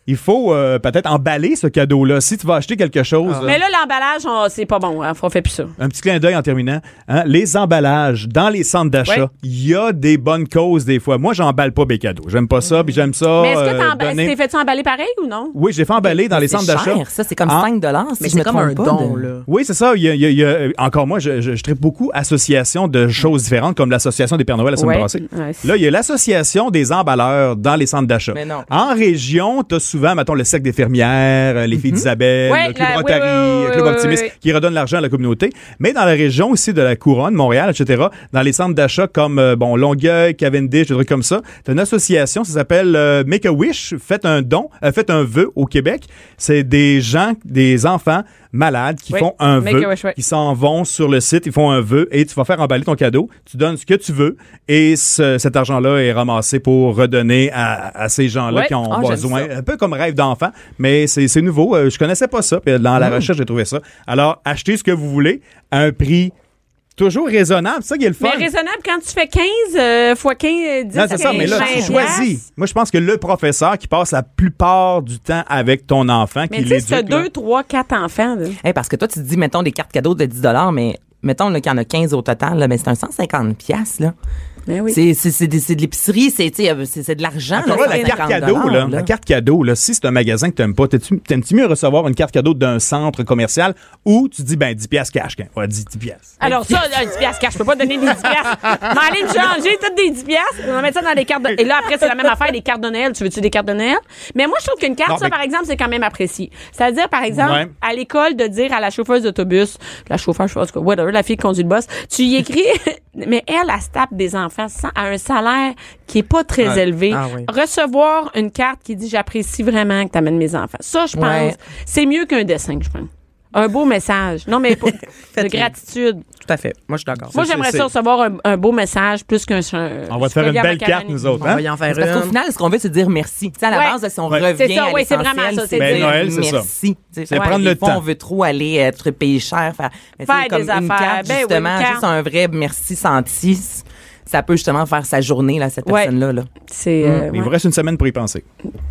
il faut euh, peut-être emballer ce cadeau-là. Si tu vas acheter quelque chose... Mais là, l'emballage, on- c'est pas bon. Hein, on fait plus ça. Un petit clin d'œil en terminant. Hein, les emballages dans les centres d'achat, Ouais. il y a des bonnes causes des fois. Moi, j'emballe pas mes cadeaux. J'aime pas ça, puis j'aime ça. Mais est-ce que euh, t'en- donner- t'es fait-tu emballer pareil ou non? Oui, j'ai fait emballer dans les C'est centres d'achat. cher, ça, c'est comme Ah. cinq dollars si Mais je c'est me comme un trompe pas, don, de- là. Oui, c'est ça. Il y a, il y a- il y a- encore moi, je, je, je traite beaucoup associations de choses différentes, comme l'association des Pères Noël la semaine Ouais. passée. Ouais, c'est- Là, il y a l'association des emballeurs dans les centres d'achat. Mais non. En région, tu as souvent, mettons, le cercle des fermières, euh, les filles d'Isabelle, Ouais, le Club la- oui, Rotary, oui, oui, le Club oui, Optimiste, oui, oui. qui redonnent l'argent à la communauté. Mais dans la région aussi de la Couronne, Montréal, et cetera, dans les centres d'achat comme euh, bon Longueuil, Cavendish, des trucs comme ça, tu as une association, ça s'appelle euh, Make-A-Wish. Faites un don, euh, faites un vœu au Québec. C'est des gens, des enfants malades qui Oui. font un vœu, Make-A-Wish, ouais. qui s'en vont sur le site, ils font un vœu et tu vas faire emballer ton cadeau. Tu donnes ce que tu veux et ce- cet argent-là est ramassé pour redonner à, à ces gens-là Ouais. qui ont Ah, j'aime besoin. ça. Un peu comme rêve d'enfant, mais c'est c'est nouveau. Euh, Je connaissais pas ça. Puis dans la Mm. recherche, j'ai trouvé ça. Alors, achetez ce que vous voulez à un prix toujours raisonnable. C'est ça qui est le fun. Mais raisonnable, quand tu fais quinze euh, fois quinze, dix, Non, c'est ça, mais là, tu vingt choisis. piastres. Moi, je pense que le professeur qui passe la plupart du temps avec ton enfant, Mais qui tu sais, si t'as l'éduque, là, deux, trois, quatre enfants, là. Hey, parce que toi, tu te dis, mettons, des cartes cadeaux de dix dollars, mais mettons là, qu'il y en a quinze au total, là, mais c'est un cent cinquante piastres, là. Ben oui. C'est, c'est, c'est, des- c'est de l'épicerie, c'est, tu sais, euh, c'est, c'est de l'argent. Encore là, là, la carte cent cinquante cadeau, là, dollars, la carte cadeau, là, si c'est un magasin que t'aimes pas, t'aimes-tu t'aimes-tu mieux recevoir une carte cadeau d'un centre commercial ou tu dis, ben, dix piastres cash, quand? Ouais, dix piastres. Alors ça, là, dix piastres cash, je peux pas donner des dix piastres. Mais aller me changer toutes des dix piastres, on va mettre ça dans les cartes de... Et là, après, c'est la même affaire, les cartes de Noël. Tu veux-tu des cartes de Noël? Mais moi, je trouve qu'une carte, Non, ça, mais- par exemple, c'est quand même apprécié. C'est-à-dire, par exemple, Ouais. à l'école, de dire à la chauffeuse d'autobus, la chauffeur, je sais pas, whatever, la fille qui conduit le bus, tu y écris, mais elle, elle se tape des enfants sans- à un salaire qui est pas très Ouais. élevé. Ah oui. Recevoir une carte qui dit, j'apprécie vraiment que t'amènes mes enfants. Ça, je pense, Ouais. c'est mieux qu'un dessin, je pense. Un beau message. Non, mais pour- de Faites-le. gratitude. Tout à fait. Moi, je suis d'accord. Moi, C'est- j'aimerais c'est- ça recevoir un, un beau message plus qu'un. On va te faire une belle carte, nous autres, On hein? va y en faire Parce qu'au une. final, ce qu'on veut, c'est dire merci. Tu sais, à la Ouais. base, si on Ouais. revient C'est ça, à ouais, c'est l'essentiel, vraiment ça, c'est Ben, dire Noël, c'est ça. merci. Tu sais, C'est ouais, prendre des le fois, temps. on veut trop aller être payé cher, faire, mais tu sais, Faire comme des une affaires. carte, Ben oui, justement, une carte. juste un vrai merci senti. Ça peut justement faire sa journée, là, cette Ouais. personne-là. Là. C'est. euh, Mais il ouais. vous reste une semaine pour y penser.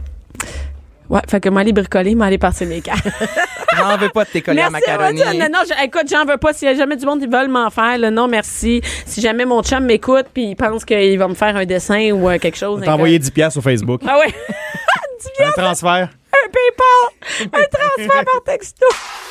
Ouais, fait que m'aller bricoler, m'aller passer mes cartes. J'en veux pas de tes collés à Merci, macaroni. Mathieu. Non, non, je- écoute, j'en veux pas. S'il y a jamais du monde qui veulent m'en faire, là, non, merci. Si jamais mon chum m'écoute puis il pense qu'il va me faire un dessin ou euh, quelque chose. On t'a envoyé dix piastres sur Facebook. Ah ouais. Un transfert. Un PayPal. Un transfert par texto.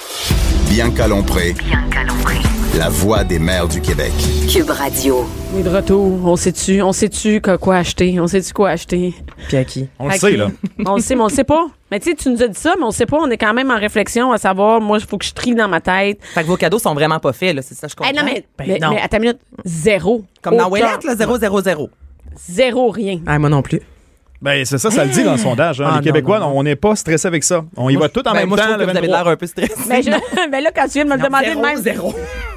Bianca Lompré, Bianca Lompré. la voix des mères du Québec. Cube Radio. Oui, de retour. On sait-tu, on sait-tu que- quoi acheter? On sait-tu quoi acheter? Puis à qui? On le À sait, qui? là. On le sait, mais on le sait pas. Mais tu sais, tu nous as dit ça, mais on sait pas. On est quand même en réflexion à savoir, moi, il faut que je trie dans ma tête. Fait que vos cadeaux sont vraiment pas faits, là, c'est ça, je comprends. Hey, non, mais, Ben mais, non. mais à ta minute, zéro. Comme dans Aucun. Ouellette, là, zéro zéro zéro. Zéro, rien. Ah, moi non plus. Ben, c'est ça, ça le dit dans le sondage. hein. Ah, Les non, Québécois, non, non. on n'est pas stressé avec ça. On y va tout en Ben, même moi, je temps. trouve le que vous avez vingt-trois. l'air un peu stressé. Mais, je, mais là, quand tu viens de me le demander de zéro, même, zéro.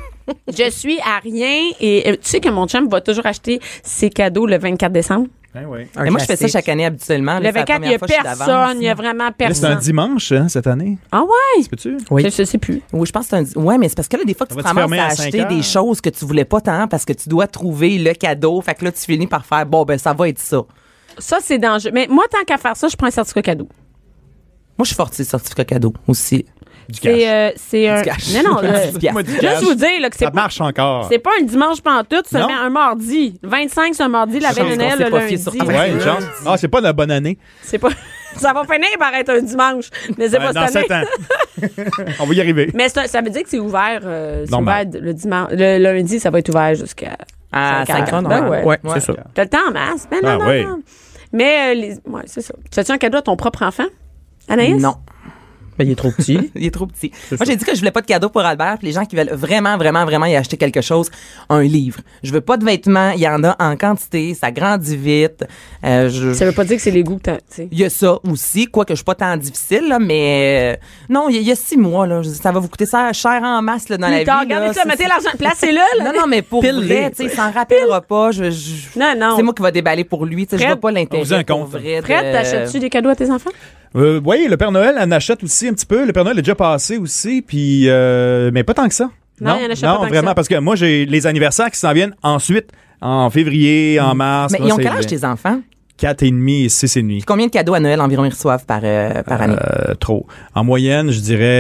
je suis à rien. Et euh, tu sais que mon chum va toujours acheter ses cadeaux le vingt-quatre décembre. Ben oui. Un Mais moi, je fais ça classique. chaque année habituellement. Le là, c'est la vingt-quatre, il n'y a première fois que je suis d'avance. personne. Il n'y a vraiment Là, c'est un personne. dimanche, hein, cette année. Ah ouais? Peux-tu? Oui. Je, je sais plus. Oui, je pense que c'est un. Ouais, mais c'est parce que là, des fois, tu Ça te va-tu ramasses fermer à à cinq acheter heures? des choses que tu voulais pas tant parce que tu dois trouver le cadeau. Fait que là, tu finis par faire, bon, ben, ça va être ça. Ça, c'est dangereux. Mais moi, tant qu'à faire ça, je prends un certificat cadeau. Moi, je suis fortie certificat cadeau aussi. Du cash. C'est euh, c'est un. cash. Non, non, là, Du cash. Moi, du juste cash. vous dire là, que c'est Ça pas, marche encore. c'est pas un dimanche pantoute, c'est Non. un mardi. Le vingt-cinq, c'est un mardi, la veille de pense qu'on Noël, s'est le pas lundi. fié sur toi. Ouais, une chance. Ah, c'est pas de la bonne année. C'est pas. Ça va finir par être un dimanche. Mais c'est Euh, pas dans cette année. sept ans. On va y arriver. Mais c'est un- ça veut dire que c'est ouvert, euh, c'est Normal. ouvert le dimanche. Le lundi, ça va être ouvert jusqu'à. À cinq cinq heures. heures, Ben normalement. ouais. Ouais, c'est ça. T'as le temps en masse. Mais non, Ah non, ouais. non. Mais, euh, les... ouais, c'est ça. Tu fais-tu un cadeau à ton propre enfant, Anaïs? Non. Ben, il est trop petit. Il est trop petit. Moi, j'ai dit que je voulais pas de cadeau pour Albert. Puis les gens qui veulent vraiment, vraiment, vraiment y acheter quelque chose, un livre. Je veux pas de vêtements. Il y en a en quantité. Ça grandit vite. Euh, je, Ça veut pas dire que c'est les goûts que t'as, tu sais. Il y a ça aussi, quoique je suis pas tant difficile, là, mais euh, non, il y, a- il y a six mois, là, je- ça va vous coûter ça cher en masse là, dans la Plus vie. tard, là. regardez ça, C'est- mettez l'argent, placez-le, là. Non, non, mais pour Pile-les. vrai, tu sais, il s'en rappellera pas. Je, je- Non, non. C'est moi qui va déballer pour lui. Tu sais, je Fred, vois pas on faisait un l'intérêt pour compte. vrai. de- Fred, t'achètes-tu des cadeaux à tes enfants? Euh, vous voyez, le Père Noël en achète aussi un petit peu. Le Père Noël est déjà passé aussi, puis euh, mais pas tant que ça. Non, il en achète pas tant que vraiment, ça. parce que moi, j'ai les anniversaires qui s'en viennent ensuite, en février, en mars. Mais moi, ils ont c'est quel âge bien. tes enfants? quatre et demi et six et demi. Combien de cadeaux à Noël environ ils reçoivent par, euh, par année? Euh, trop. En moyenne, je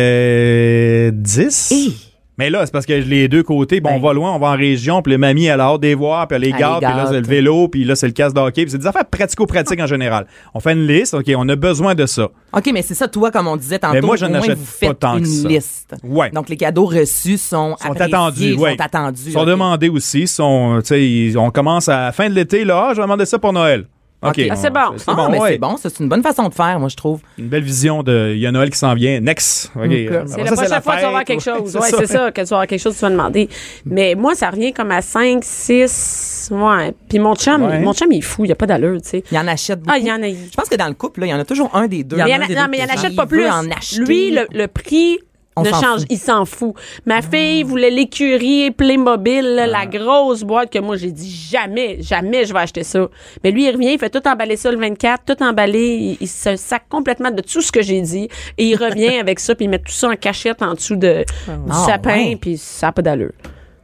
dirais dix. Hey. Mais là, c'est parce que les deux côtés, bon, Ben. on va loin, on va en région, puis les mamies, elle a hâte de les voir, puis elle les Elle garde, les puis là, c'est le garde. vélo, puis là, c'est le casse d'hockey, puis c'est des affaires pratico-pratiques en général. On fait une liste, OK, on a besoin de ça. OK, mais c'est ça, toi, comme on disait tantôt, Mais moi, je au moins, n'achète vous pas faites tant que une ça. liste. Ouais. Donc, les cadeaux reçus sont, Sont appréciés, attendus, sont ouais. attendus. Ils sont OK. demandés aussi, sont, tu sais, ils- on commence à la fin de l'été, là, ah, je vais demander ça pour Noël. OK. OK. Ah, c'est bon. C'est Ah, bon, mais ouais. c'est bon, ça, c'est une bonne façon de faire, moi, je trouve. Une belle vision de, il y a Noël qui s'en vient. Next. OK. Okay. Après C'est ça, la prochaine la fois que tu vas avoir fête. quelque chose. Ouais, Ouais, c'est ça, que tu vas avoir quelque chose, tu vas demander. Mais moi, ça revient comme à cinq, six. Ouais. Puis mon chum, Ouais. mon chum, il est fou, il n'y a pas d'allure, tu sais. Il y en achète beaucoup. Ah, il y en a. Je pense que dans le couple, là, il y en a toujours un des deux. Mais il y en un a- des non, deux mais il qui en achète veut pas plus. en acheter. Lui, le, le prix On ne s'en change, fout. il s'en fout. Ma fille voulait l'écurie Playmobil, là, la grosse boîte que moi j'ai dit jamais, jamais je vais acheter ça. Mais lui il revient, il fait tout emballer ça le vingt-quatre, tout emballé, il, il se sac complètement de tout ce que j'ai dit et il revient avec ça puis il met tout ça en cachette en dessous de, du Ah, sapin ouais. puis ça n'a pas d'allure.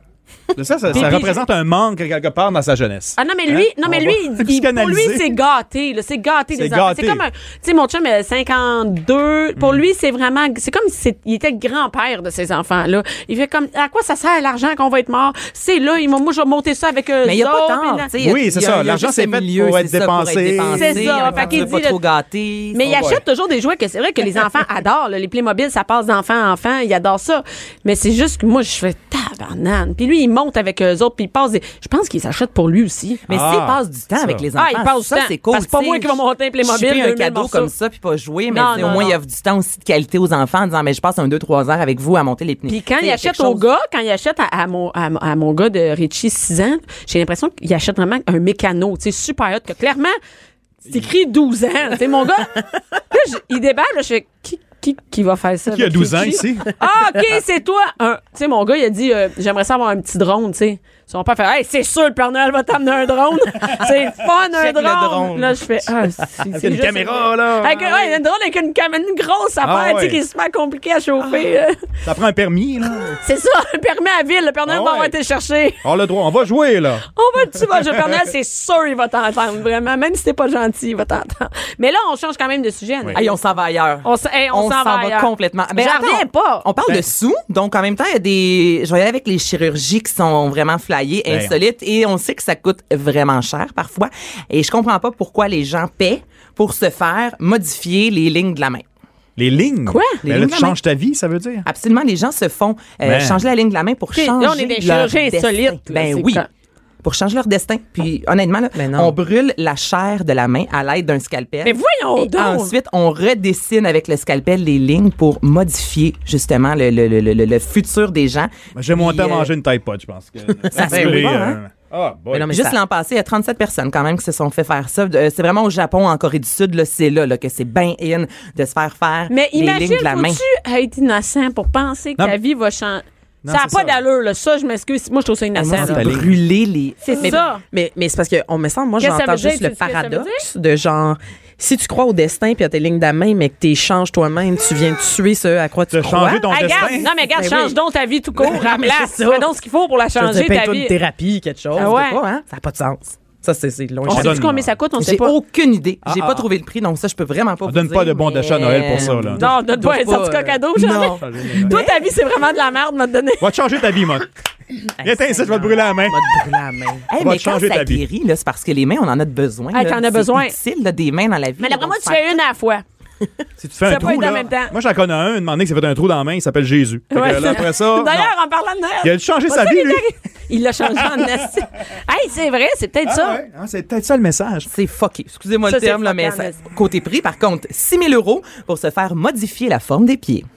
Ça, ça, Puis- ça puis- représente un manque quelque part dans sa jeunesse. Ah non mais lui, Hein? non mais On lui, va il- il- pour psychanalyser. lui c'est gâté, là, c'est gâté C'est les enfants. gâté. C'est comme un, tu sais mon chum il a cinquante-deux, pour Mm. lui c'est vraiment, c'est comme si c'est- il était le grand-père de ces enfants là. Il fait comme à quoi ça sert l'argent qu'on va être mort? C'est là, il m'a moi je vais monter ça avec eux. Mais il n'y a pas autres, tant. puis là- tu sais, Oui, il y a- c'est il y ça. a L'argent, juste c'est le fait milieu, pour être c'est ça, pour dépensé. dépensé. C'est ça. Fait qu'il Tu veux dit pas le- trop gâter. Mais il ouais. achète toujours des jouets que c'est vrai que les enfants adorent. Là. Les Playmobil, ça passe d'enfant en enfant. Ils adorent ça. Mais c'est juste que moi, je fais tabarnane. Puis lui, il monte avec eux autres. Puis il passe des... Je pense qu'il s'achète pour lui aussi. Mais Ah, s'il passe du temps ça. avec les enfants, Ah, il passe du ça, temps. c'est cool. Parce que c'est pas tu sais. moi qui va monter un Playmobil, Chipper deux un mille cadeau morceaux. comme ça puis pas jouer, mais Non, tu sais, non, au moins il y a non. du temps aussi de qualité aux enfants en disant mais je passe un deux trois heures avec vous à monter les pneus. Puis quand Tu sais, il y a achète quelque au chose- gars, quand il achète à, à mon, à, à mon gars de Richie, six ans, j'ai l'impression qu'il achète vraiment un mécano, tu sais, super hot, que clairement, c'est écrit douze ans. Tu sais, mon gars, là, je- il déballe, là, je fais, qui, qui, qui va faire ça? Qui a avec douze ans Richie? ici? Ah, OK, c'est toi. Un- Tu sais, mon gars, il a dit, euh, j'aimerais ça avoir un petit drone, tu sais. Son père fait, hey, c'est sûr, le Père Noël va t'amener un drone. C'est fun, un Check le drone. drone. Là, je fais, ah, c'est Avec c'est une juste- caméra, là. Avec, ouais, un drone avec une, cam- une grosse affaire, Ah, tu sais, ouais. qui est super compliqué à chauffer. euh. Ça prend un permis, là. C'est ça, le permis à ville. Le Père Noël Ah va ouais. avoir été chercher. On a le droit, on va jouer, là. On va tu vas, le Père Noël, c'est sûr, il va t'entendre, vraiment. Même si t'es pas gentil, il va t'entendre. Mais là, on change quand même de sujet, Anna. Hey, on s'en va ailleurs. On, s- hey, on, s'en va, ailleurs. complètement. Ben, J'en attends, reviens pas. On parle de sous, donc en même temps, il y a des. Je vais y aller avec les chirurgies qui sont vraiment flyées, Ben. insolites, et on sait que ça coûte vraiment cher parfois. Et je comprends pas pourquoi les gens paient pour se faire modifier les lignes de la main. Les lignes. Quoi? Les Mais là, lignes tu de la changes ta vie, ça veut dire? Absolument, les gens se font euh, Ben. changer la ligne de la main pour Puis, changer là, on est des leur chirurgiens destin. insolites, là, Ben c'est oui. quand- Pour changer leur destin. Puis honnêtement, là, Mais non. on brûle la chair de la main à l'aide d'un scalpel. Mais voyons Et donc. ensuite, on redessine avec le scalpel les lignes pour modifier justement le, le, le, le, le futur des gens. J'ai monté à Puis, euh, manger une Tide Pod, je pense. Que, Ça se brûler, peut pas, euh, hein? Ah, boy. Mais non, mais Juste ça- l'an passé, il y a trente-sept personnes quand même qui se sont fait faire ça. Euh, C'est vraiment au Japon, en Corée du Sud, là, c'est là, là que c'est bien in de se faire faire Mais les imagine, lignes de la main. faut-tu être innocent pour penser que Non. ta vie va changer? Non, Ça n'a c'est pas ça. d'allure, là. Ça, je m'excuse. Moi, je trouve ça Ah, innocent. moi, ta c'est ligne. brûler les... C'est mais, ça. Mais, mais c'est parce que on me semble, moi, Qu'est-ce que ça j'entends veut juste dire? le Tu sais ce que ça veut paradoxe de genre, si tu crois au destin puis à tes lignes de la main, mais que tu échanges toi-même, tu viens de tuer ce à quoi tu T'as crois. changé ton Hey, regarde, destin. non, mais regarde, Ben change oui. donc ta vie tout court à la Mais place. c'est ça. Fais donc ce qu'il faut pour la Je veux changer, dire, paye-toi ta une vie. thérapie, quelque chose. Ah ouais. je sais pas, hein? Ça n'a pas de sens. Ça, c'est c'est loin. On sait donne- combien ça coûte, on sait J'ai pas. aucune idée. J'ai Ah, pas ah. trouvé le prix, donc ça, je peux vraiment pas On vous donne dire, pas de bon mais, d'achat à Noël pour ça, là. euh, Non, donne pas un doivent pas, certificat euh, cadeau, jamais. Non. Toi, ta vie, c'est vraiment de la merde, m'a donné. Va te changer ta vie, moi. Viens, t'es ici, je vais te brûler la main. On va te brûler la main. Hey, On va mais te quand changer ça ta vie. guérit, là, c'est parce que les mains, on en a besoin. Hey, là. t'en as C'est besoin. utile, là, des mains dans la vie. Mais d'après là, moi, donc tu fais une à la fois. Si tu fais Ça un peut trou, être en là, même temps. moi, j'en connais un, une demandé qui s'est fait un trou dans la main, il s'appelle Jésus. Fait que Ouais. là, après ça, D'ailleurs, non. en parlant de Noël. Il a dû changer pas sa ça vie, qui est lui. arrivé. Il l'a changé en esti. Hey, c'est vrai, c'est peut-être Ah, ça. ouais. Ah, c'est peut-être ça le message. C'est fucké. Excusez-moi Ça, le c'est terme, là, mais fucké, ça- côté prix, par contre, six mille euros pour se faire modifier la forme des pieds.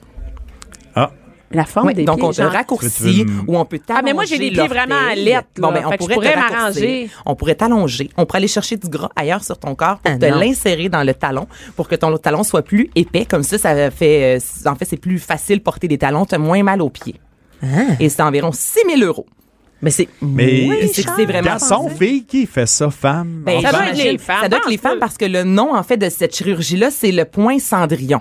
Ah, La forme Ouais, des donc, pieds, on te genre. raccourcit Tu veux- ou on peut t'allonger. Ah, mais moi, j'ai les pieds l'orteil. vraiment à lettres, là. Bon, ben, on Fait que je pourrait pourrais te raccourcir. m'arranger. On pourrait t'allonger. On pourrait aller chercher du gras ailleurs sur ton corps pour Ah, te non. l'insérer dans le talon pour que ton talon soit plus épais. Comme ça, ça fait, euh, en fait, c'est plus facile de porter des talons. T'as moins mal aux pieds. Et c'est environ six mille euros. Mais c'est. Mais Oui, c'est que c'est vraiment garçon, pensé. fille, qui fait ça, femme? Ben, Ça doit être j'imagine- les femmes, Ça doit être pense les femmes pas. parce que le nom, en fait, de cette chirurgie-là, c'est le point Cendrillon.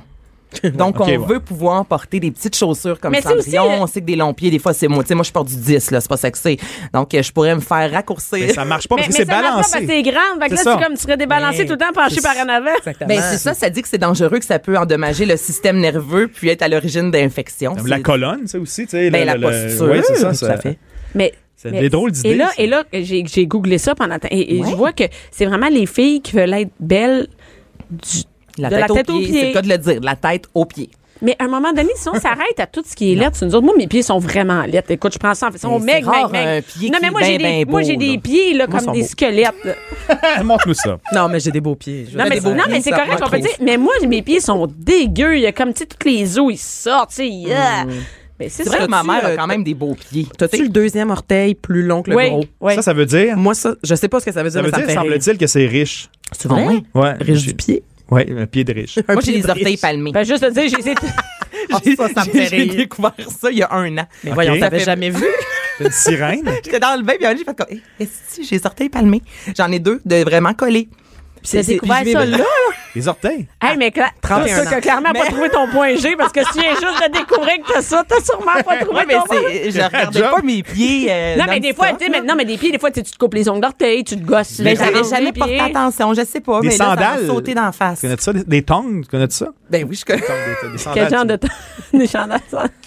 Donc, Ok, on ouais. veut pouvoir porter des petites chaussures comme Mais c'est Cendrillon. aussi le- On sait que des longs pieds, des fois, c'est moi. Tu sais, moi, je porte du dix, là. C'est pas sexy. Donc, euh, je pourrais me faire raccourcir. Mais ça marche pas Mais, parce mais que c'est ça marche pas parce que balancé. t'es grande. Fait que là, C'est ça. c'est comme tu serais débalancé Mais- tout le temps penché par en avant. Exactement. Ben, c'est ça, ça dit que c'est dangereux, que ça peut endommager le système nerveux puis être à l'origine d'infections. Comme La C'est- colonne, c'est aussi, tu sais. Ben, le- la le- posture, ouais, c'est ça. tout ça à fait. Mais C'est mais- des drôles d'idées. Et là, ça. et là j'ai, j'ai googlé ça pendant temps. Et, et Ouais. je vois que c'est vraiment les filles qui veulent être belles du, La de tête, la tête aux aux pieds. pieds. C'est le cas de le dire. de La tête aux pieds. Mais à un moment donné, si on s'arrête à tout ce qui est lettre, c'est nous autres. Moi, mes pieds sont vraiment lettres. Écoute, je prends ça en fait. Ils sont Mais meg, c'est meg, rare, meg. un pied Non, qui mais est moi, ben, j'ai des, ben moi, beau, j'ai des là. pieds, là, Moi, comme sont des beaux. squelettes. là. Montre-nous ça. Non, mais j'ai des beaux pieds. Je Non, vais mais, te dire, non, mais c'est ça correct, me on peut trouve. dire. Mais moi, mes pieds sont dégueux. Il y a comme, tu sais, tous les os, ils sortent, tu sais. yeah. Mais c'est C'est ça. vrai que ma tu, mère a euh, quand même des beaux pieds. T'as-tu le deuxième orteil plus long que le Oui, gros? oui. Ça, ça veut dire. Moi, ça, je sais pas ce que ça veut dire, Ça mais veut ça me dire, fait rire. semble-t-il, que c'est riche. C'est vrai? Ah ouais? Ouais. Riche du pied? Oui, un pied de riche. Un Moi, j'ai pied des de orteils riche. palmés. Ben, juste te dire, j'ai essayé. de- Ah, ça, ça me fait J'ai rire. découvert ça il y a un an. Mais voyons, Ok. t'avais Ça fait- jamais vu? C'est une sirène. J'étais dans le bain, puis j'ai fait comme, hey, est-ce que j'ai les orteils palmés? J'en ai deux de vraiment collés. T'as découvert ça là? Les orteils. Hey, mais cla- trente et un toi, t'as ans. clairement pas Mais- trouvé ton point G parce que si tu viens juste de découvrir que t'as ça, t'as sûrement pas trouvé Ouais, mais ton point. c'est, je regardais Job. pas mes pieds. euh, Non, mais des fois, non-stop, tu sais, là. mais- non, mais des pieds, des fois, tu sais, tu te coupes les ongles d'orteil, tu te gosses. Mais les j'avais ongles jamais des porté pieds. attention, je sais pas. Des mais là, sandales. ça m'a sauté d'en face. Tu connais ça? Des, des tongs, tu connais ça? Ben oui, je connais. Des, des sandales, Quel genre tu- de temps? Des chandails.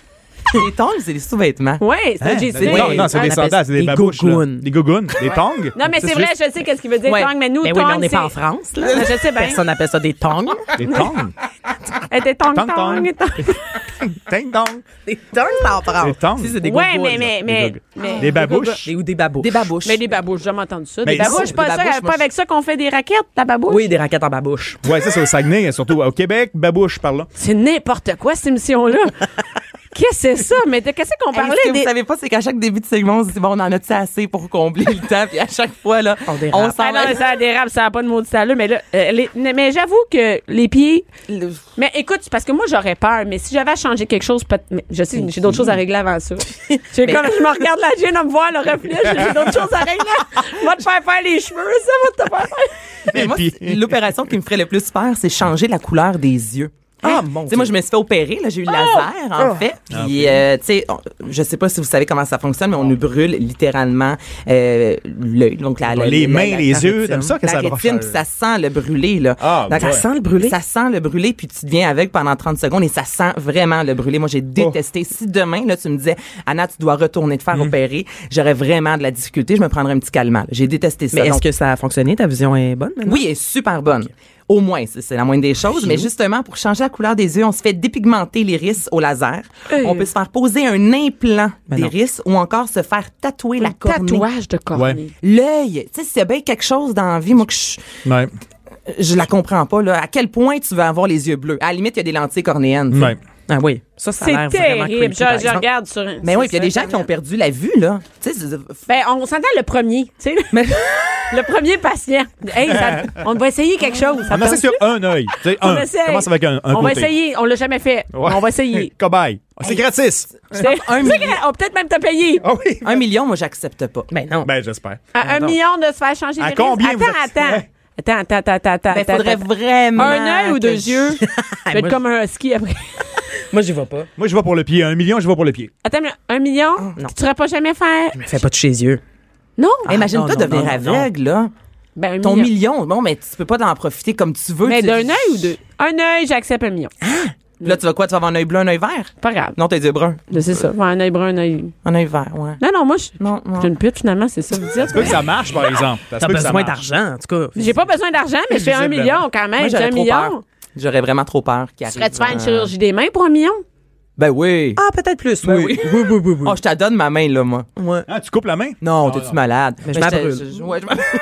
Les tongs, c'est des sous-vêtements. Oui, c'est Hein? j'ai Des- dit. Non, non, c'est des On sandales, c'est des appelle ça babouches. des là. gougounes. Des gougounes. Des tongs. Non, mais c'est vrai, juste je sais qu'est-ce qu'il veut dire, Ouais. tong, mais nous, Mais oui, mais on tong, n'est pas c'est- en France, là. Je sais bien. Personne n'appelle ça des tongs. Des tongs. Elle était tong, Tong, tong, tong. tong. Ting dong. Des tongs, c'est en France. Des tongs. Si, c'est des Ouais, gougounes, mais, mais, là. mais, Des mais. Des babouches. Des, ou des babouches. Des babouches. Mais des babouches, j'ai jamais entendu ça. Mais Des babouches, ici- pas, des ça, babouches, pas moi, avec ça qu'on fait des raquettes, la babouche? Oui, des raquettes en babouche. Ouais, ça, c'est au Saguenay, surtout au Québec, babouche par là. C'est n'importe quoi, cette émission-là. Qu'est-ce que c'est ça? Mais de qu'est-ce qu'on Hey, parlait ce que des... vous savez pas, c'est qu'à chaque début de segment, on se dit, bon, on en a-tu assez pour combler le temps? Puis à chaque fois, là, On dérape. on s'en Ah non, mais va. ça dérape, ça n'a pas de maudit allure, mais là, euh, les- mais j'avoue que les pieds. Le- Mais écoute, c'est parce que moi, j'aurais peur, mais si j'avais à changer quelque chose, peut- mais je sais, j'ai d'autres choses à régler avant ça. J'ai comme, je me regarde la gêne à me voir, le reflet, j'ai d'autres choses à régler. Va te faire faire les cheveux, ça va te faire faire. Mais moi, puis- c'est- l'opération qui me ferait le plus peur, c'est changer la couleur des yeux. Ah, mon Tu sais, moi, je me suis fait opérer, là, j'ai eu le laser, en fait. Puis, euh, tu sais, on- je sais pas si vous savez comment ça fonctionne, mais on nous brûle littéralement euh, l'œil. Donc, la, la- Les la- mains, la- les la yeux, rétine. t'aimes ça que la ça rétine, broche, puis euh, ça sent le brûlé, là. Ah, Donc, ouais. Ça sent le brûlé? Ça sent le brûlé, puis tu deviens avec pendant trente secondes et ça sent vraiment le brûlé. Moi, j'ai détesté. Si demain, là, tu me disais, Anna, tu dois retourner te faire opérer, j'aurais vraiment de la difficulté. Je me prendrais un petit calmant. J'ai détesté ça. Mais est-ce Donc, que ça a fonctionné? Ta vision est bonne maintenant? oui, elle est super bonne. Au moins, c'est c'est la moindre des choses. Mais justement, pour changer la couleur des yeux, on se fait dépigmenter l'iris au laser. Euh. On peut se faire poser un implant Ben non. d'iris ou encore se faire tatouer la Un cornée. tatouage de cornée. Ouais. L'œil. Tu sais, s'il y a bien quelque chose dans la vie, moi, que je, Ouais. je la comprends pas, là. À quel point tu veux avoir les yeux bleus? À la limite, il y a des lentilles cornéennes. tu sais. Ouais. Ah oui. Ça, ça a C'est l'air vraiment terrible. creepy, Je, par je exemple. regarde sur. Mais oui, puis il y a des gens qui ont perdu la vue, là. Tu sais, c'est- Ben, on s'entend le premier, tu sais. Mais- Le premier patient. Hey, ça- on va essayer quelque chose. Ça On essaie tente- sur un œil. Tu sais, On un. essaye. Commence avec un, un On va côté. essayer. On l'a jamais fait. Ouais. On va essayer. Cobaye. C'est gratis. C'est- un c'est million. vrai, on va peut-être même te payer. Ah oui. un million, moi, j'accepte pas. Ben non. Ben, j'espère. À un Pardon. million de se faire changer À les combien risques. vous Attends, êtes- attends. Ouais. Attends, attends, attends, attends, attends. Ben, faudrait attends. vraiment. Un œil ou que deux je- yeux. Je vais Moi, être comme un ski après. Moi, j'y vais pas. Moi, je vais pour le pied. Un million, je vais pour le pied. Attends, mais un million, non. tu ne pourrais pas jamais faire. Je me fais pas toucher les yeux. Non? Imagine-toi non, non, devenir non, non. aveugle, là. Ben, un Ton million. million, bon, mais tu peux pas en profiter comme tu veux. Mais Tu- d'un œil ou deux? Un œil, j'accepte un million. Là, tu vas quoi? Tu vas avoir un œil bleu, un œil vert? Pas grave. Non, t'as des yeux bruns. C'est ça. Faire un œil brun, un œil. Un œil vert, ouais. Non, non, moi, je Non, non. j'ai une pute, finalement, c'est ça que vous dites. Tu veux que ça marche, par exemple. Ça se T'as peut que ça besoin marche. d'argent, en tout cas. J'ai pas besoin d'argent, mais je fais un Visiblement. million quand même. Moi, J'ai j'aurais un trop million. peur. J'aurais vraiment trop peur qu'il arrive. Serais-tu faire une euh, chirurgie des mains pour un million? Ben oui. Ah, peut-être plus, Ben oui. oui. Oui, oui, oui, oui. Oh, je t'adonne ma main, là, moi. Ouais. Ah, tu coupes la main? Non, Ah, t'es-tu non. malade? Mais je j'étais- m'abrûle. je- ouais, je m'abrûle.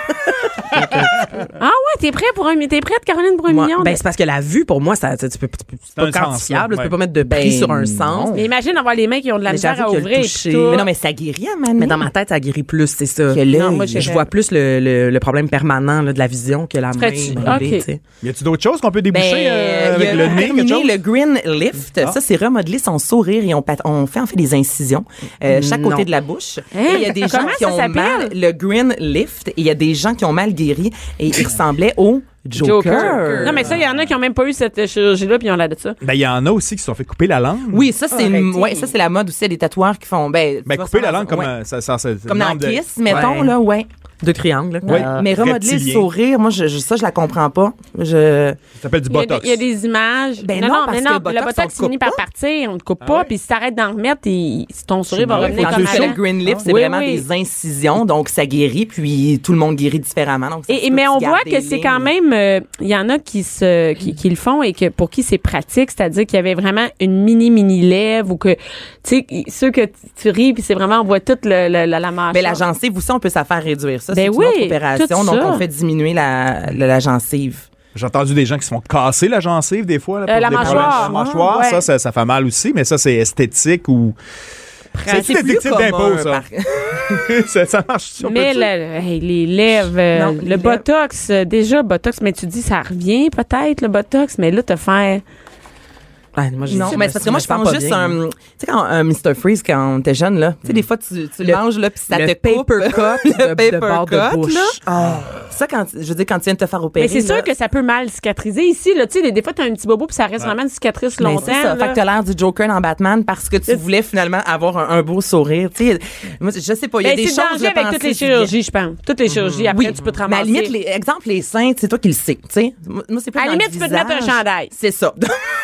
Ah ouais, t'es prêt pour un T'es prête, Caroline, pour un Moi, million? ben, de- c'est parce que la vue, pour moi, ça, tu peux, tu peux- c'est pas un sens, quantifiable. là, Tu peux ouais. pas mettre de prix Ben, sur un sens. non. Mais imagine avoir les mains qui ont de la Mais misère j'avoue à que le ouvrir. et toucher- puis tout. Mais non, mais ça guérit à man. Mais dans ma tête, ça guérit plus, c'est ça. Que l'œil. Non, moi, j'ai- Je vois plus le, le, le problème permanent là, de la vision que la main Ferais-tu- brûlée, ok. tu sais. Y a-tu d'autres choses qu'on peut déboucher Ben, euh, il y avec a le nez, quelque terminé chose? le green lift. Ah. Ça, c'est remodeler son sourire et on, pat- on fait en fait des incisions euh, chaque Non. côté de la bouche. Hein? Et il y a des gens Comment qui ça ont s'appelle? mal le green lift et il y a des gens qui ont mal guéri et ils ressemblaient au Joker. Non, mais ça, il y en a qui ont même pas eu cette chirurgie-là, puis ils ont l'air de ça. Ben, il y en a aussi qui se sont fait couper la langue. Oui, ça, c'est une- arrêtez. ouais, ça, c'est la mode aussi. Il y a des tatoueurs qui font. Ben, tu Ben, vois, couper ça, la langue comme, ouais. euh, ça, ça, ça- Comme dans membre de- Kiss, mettons, Ouais. là, ouais. Deux triangles. Oui. Euh, Mais remodeler le reptilien. sourire, moi, je, je- ça, je la comprends pas. Je... Ça s'appelle du Il y, a des, botox. il y a des images. Ben non, non, non, parce mais que non, le botox, le on botox le finit coupe par pas. partir, on ne coupe Ah pas, ouais? puis si t'arrêtes d'en remettre, il- ton sourire va Ouais, revenir faut comme que tu avant. le green lift, c'est Oui, vraiment oui. des incisions, donc ça guérit, puis tout le monde guérit différemment. Donc ça se Et, peut mais que on tu voit gardes que des c'est lignes. quand même, euh, il y en a qui se, qui, qui le font et que pour qui c'est pratique, c'est-à-dire qu'il y avait vraiment une mini mini lèvre ou que, tu sais, ceux que tu ris puis c'est vraiment on voit toute le, le- la, la mâchoire. Ben, la gencive aussi, on peut ça faire réduire ça. Ben c'est une oui, autre opération, tout donc ça. on fait diminuer la, la, la gencive. J'ai entendu des gens qui se font casser la gencive des fois. Là, pour Euh, la des problèmes- mâchoire. La mâchoire, Ouais. ça, ça, ça fait mal aussi, mais ça, c'est esthétique ou... C'est C'est plus addictif d'impôt, commun, ça. par- ça. Ça marche sur Mais le, hey, les lèvres, euh, Non, le les lèvres. botox, euh, déjà botox, mais tu dis ça revient peut-être le botox, mais là te faire ah, moi, je- Non, je mais me- c'est parce que moi, je me sens pense pas juste bien, un. moi. Tu sais, quand un mister Freeze, quand on était jeune, là, tu sais, des fois, tu, tu le Le- manges, là, puis ça le te coupe. paper cut le de- paper de bord de cut, bouche. là. Ah. Ça, quand, je veux dire, quand tu viens de te faire opérer. Mais c'est sûr là, que ça peut mal cicatriser ici là, tu sais, des- des fois t'as un petit bobo puis ça reste vraiment une cicatrice mais longtemps. c'est ça. là. Fait que t'as l'air du Joker dans Batman parce que tu C'est- voulais finalement avoir un, un beau sourire. Tu sais, moi, je sais pas, il y a Ben, des c'est choses. danger je avec pense, toutes les si tu viens- chirurgies, je pense. Toutes les chirurgies, après Oui, tu peux te mais à ramasser. la limite, les, exemple, les seins, c'est toi qui le sais, tu sais. Moi, c'est pas À la dans limite, le tu peux te mettre un visage. chandail. C'est ça.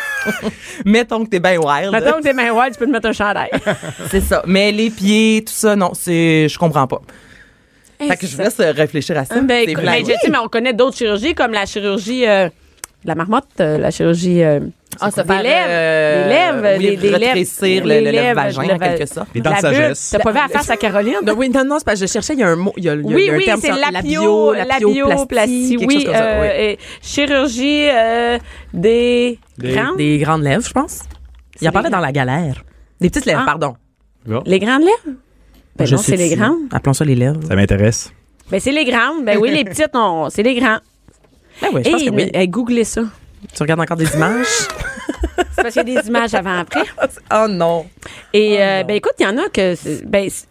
Mettons que t'es bien wild. Mettons que t'es main wild, tu peux te mettre un chandail. C'est ça. Mais les pieds, tout ça, non, c'est, je comprends pas. Fait que je vous laisse euh, réfléchir à ça. Ben, C'est écoute, blague. ben, je sais, mais on connaît d'autres chirurgies comme la chirurgie euh, la marmotte, euh, la chirurgie euh, Ah, ça des fait, lèvres, euh, des lèvres, oui, les, des lèvres, rétrécir le- les le- le lèvres, vagin, le en quelque sorte. Les dents de la vulve. sagesse. T'as pas vu la face à Caroline? Non, oui, non, non, c'est parce que je cherchais, il y a un mot, il y a, il y a- Oui, il y a un oui, terme c'est sur la bio, la bioplastie, quelque oui, chose comme ça, euh, oui. et chirurgie euh, des, Des- grandes, Des grandes lèvres, je pense. Il en C'est parlait les- dans la galère. Des petites lèvres, Ah. pardon. les grandes lèvres. Ben Je non, c'est les sais-tu. grandes. Appelons ça les lèvres. Ça m'intéresse. Ben c'est les grandes. Ben oui, les petites, on, c'est les grands. Ben oui, je pense Hey, que oui. mais, hey, googlez ça. Tu regardes encore des images? C'est parce qu'il y a des images avant-après. Oh non. Et euh, ben écoute, il y en a que, c'est- ben, c'est-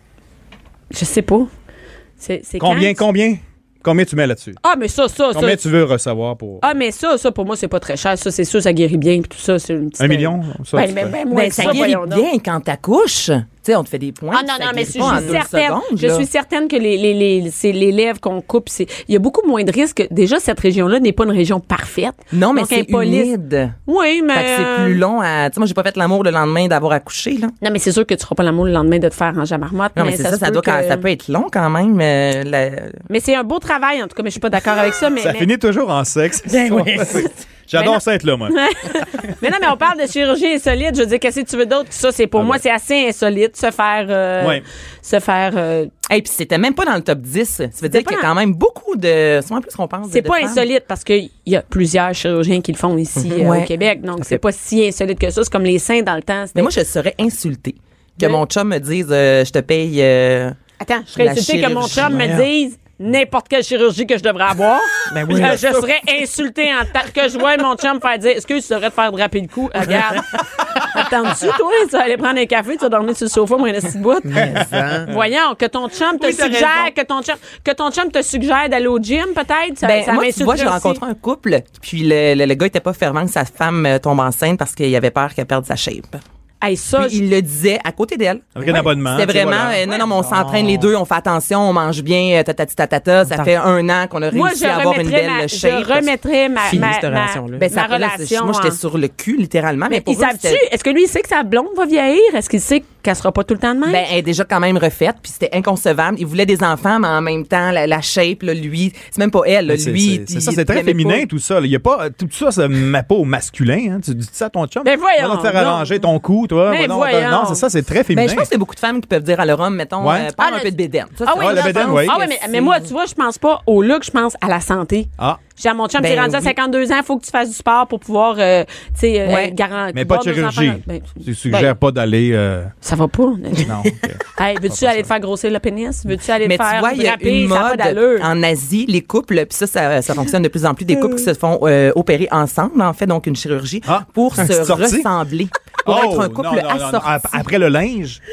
je sais pas. C'est, c'est Combien, quand? combien? Combien tu mets là-dessus? Ah, mais ça, ça, Combien ça. tu veux recevoir pour... Ah, mais ça, ça, pour moi, c'est pas très cher. Ça, c'est sûr, ça guérit bien. Puis tout ça, c'est une petite. Un million? Ça, Ben, tu ben, fais. ben, moins Ben, que ça ça, guérit voyons donc. bien quand t'accouches. Tu sais, on te fait des points. Ah puis non, ça non, mais guérit je pas en suis deux certaine, secondes, je là. suis certaine que les, les, les, c'est les lèvres qu'on coupe, c'est, il y a beaucoup moins de risques. Déjà, cette région-là n'est pas une région parfaite. Non, mais Donc, c'est un police- humide. Oui, mais. Fait que c'est plus long à. Tu sais, moi, j'ai pas fait l'amour le lendemain d'avoir accouché, là. Non, mais c'est sûr que tu feras pas l'amour le lendemain de te faire ranger à marmotte. Non, mais, c'est ça, se ça, peut doit quand- que- ça peut être long quand même. euh, la- Mais c'est un beau travail, en tout cas, mais je suis pas d'accord avec ça. Mais, Ça mais- finit toujours en sexe. Ben oui. Mais non. J'adore ça être là, moi. mais non, mais on parle de chirurgie insolite. Je veux dire, qu'est-ce que tu veux d'autre que ça? C'est pour Ah moi, ouais. c'est assez insolite se faire. euh, Ouais. Se faire. euh, Et puis c'était même pas dans le top dix. Ça veut dire pas qu'il y a dans- quand même beaucoup de. C'est moins plus qu'on pense. c'est de pas femmes. insolite parce qu'il y a plusieurs chirurgiens qui le font ici euh, Ouais. au Québec. Donc, c'est pas si insolite que ça. C'est comme les seins dans le temps. c'était- Mais moi, je serais insultée que De- mon chum me dise euh, je te paye. euh, Attends, je serais la insultée que mon chirurgie, chum me voyons. dise n'importe quelle chirurgie que je devrais avoir. Ben oui. Euh, je serais insultée en tant que je vois mon chum faire dire excuse, tu devrais te faire draper le cou. Regarde. Attends-tu, toi? Tu vas aller prendre un café, tu vas dormir sur le sofa pour un petit bout. Voyons, que ton chum te Oui, t'as suggère, raison. que ton chum, que ton chum te suggère d'aller au gym, peut-être. Ça, Ben, ça moi, tu m'insulterait vois, j'ai aussi. rencontré un couple, puis le, le, le gars était pas fervent que sa femme euh, tombe enceinte parce qu'il avait peur qu'elle perde sa shape. Hey, ça, Puis il le disait à côté d'elle. Avec un abonnement. C'était tu sais, vraiment, voilà. euh, non, non, mais on s'entraîne les deux, on fait attention, on mange bien, euh, tatati tatata. Ça fait un an qu'on a moi, réussi je à avoir une remettrais belle ma, shape. je remettrais ma, Fini ma, cette ma- relation-là. Ben, ça ma après, là, relation. moi, j'étais en- sur le cul, littéralement. Mais, Mais pour il eux, savent-tu? c'était- Est-ce que lui, il sait que sa blonde va vieillir? Est-ce qu'il sait qu'elle sera pas tout le temps de même? Ben, elle est déjà quand même refaite, puis c'était inconcevable. Il voulait des enfants, mais en même temps, la, la shape, là, lui, c'est même pas elle, là, Mais c'est- lui. c'est- il- c'est ça, il c'est très aimait féminin, pas. tout ça. là. Il y a pas, tout ça, ça met pas au masculin. Hein. Tu dis ça à ton chum. Ben voyons, Va donc te faire non. arranger ton cou, toi. Mais Va donc- voyons. Non, c'est ça, c'est très féminin. Ben, je pense qu'il y a beaucoup de femmes qui peuvent dire à leur homme, mettons, Ouais. euh, parle Ah, un le- peu de bédaine. Ça, Ah c'est- oui, Ouais, le non, bédaine, je pense- oui. Ah oui, mais, mais moi, tu vois, je pense pas au look, je pense à la santé. Ah, J'ai à mon chum, Ben t'es rendu à oui. cinquante-deux ans, il faut que tu fasses du sport pour pouvoir, euh, tu sais, euh, Ouais. garantir. mais pas de chirurgie. Ben, Tu suggères pas d'aller... euh, ça va pas. Non, ok. Hey, veux-tu pas aller ça. te faire grossir le pénis? Veux-tu aller Mais te tu faire vois, il y a draper? une Ça a pas mode d'allure. en Asie, les couples, puis ça, ça, ça fonctionne de plus en plus, des couples qui se font euh, opérer ensemble, en fait, donc une chirurgie, Ah, pour une se petite sortie? ressembler, pour Oh, être un couple non, non, non, non. assorti. Ap- Après le linge.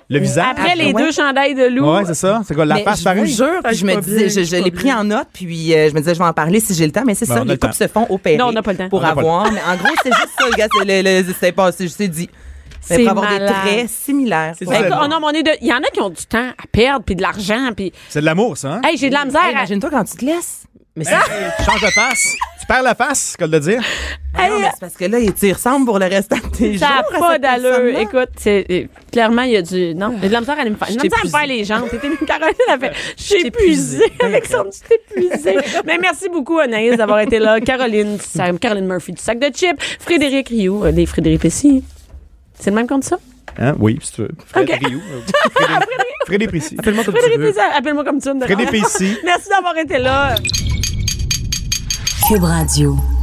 Le visage. Après les ouais. deux chandails de loup. Ouais, c'est ça. C'est quoi, la Mais face je pareille? vous jure, puis je me disais, je, je l'ai pris en note, puis euh, je me disais, je vais en parler si j'ai le temps, mais c'est Ben, ça, on a les le temps. coupes se font opérer. Non, on n'a pas le temps. Pour On n'a pas le avoir, mais en gros, c'est juste ça, le gars, c'est, le, le, c'est passé, je t'ai dit. Mais C'est pour avoir malade. des traits similaires. C'est Ouais. ça. Écoute, oh non, mais on est de- il y en a qui ont du temps à perdre, puis de l'argent, puis... C'est de l'amour, ça, hein? Hey, j'ai de la misère Hey, à... imagine-toi quand tu te laisses. Mais c'est Tu changes de face. Tu perds la face, comme de dire. Ah non, mais c'est parce que là, il t'y ressemble pour le restant de tes Ça jours. n'a à pas cette d'allure. personne-là. Écoute, c'est, euh, clairement, il y a du... Non, il y a de la misère à aller me faire. Il y a de la misère à me faire les jambes. T'étais Caroline, elle fait... Je suis épuisée. Alexandre, tu t'es épuisée. Mais merci beaucoup, Anaïs, d'avoir été là. Caroline, du sac- Caroline Murphy du sac de chips. Frédéric Rioux, euh, des Frédéric Pessy. C'est le même qu'on dit ça? Hein? Oui, si tu veux. Fred OK. Rioux. Frédéric- Frédéric Prissy. Appelle-moi comme tu Frédéric veux. Pessy, appelle-moi comme tu me Frédéric Pessy. Merci d'avoir été là. Cube Radio.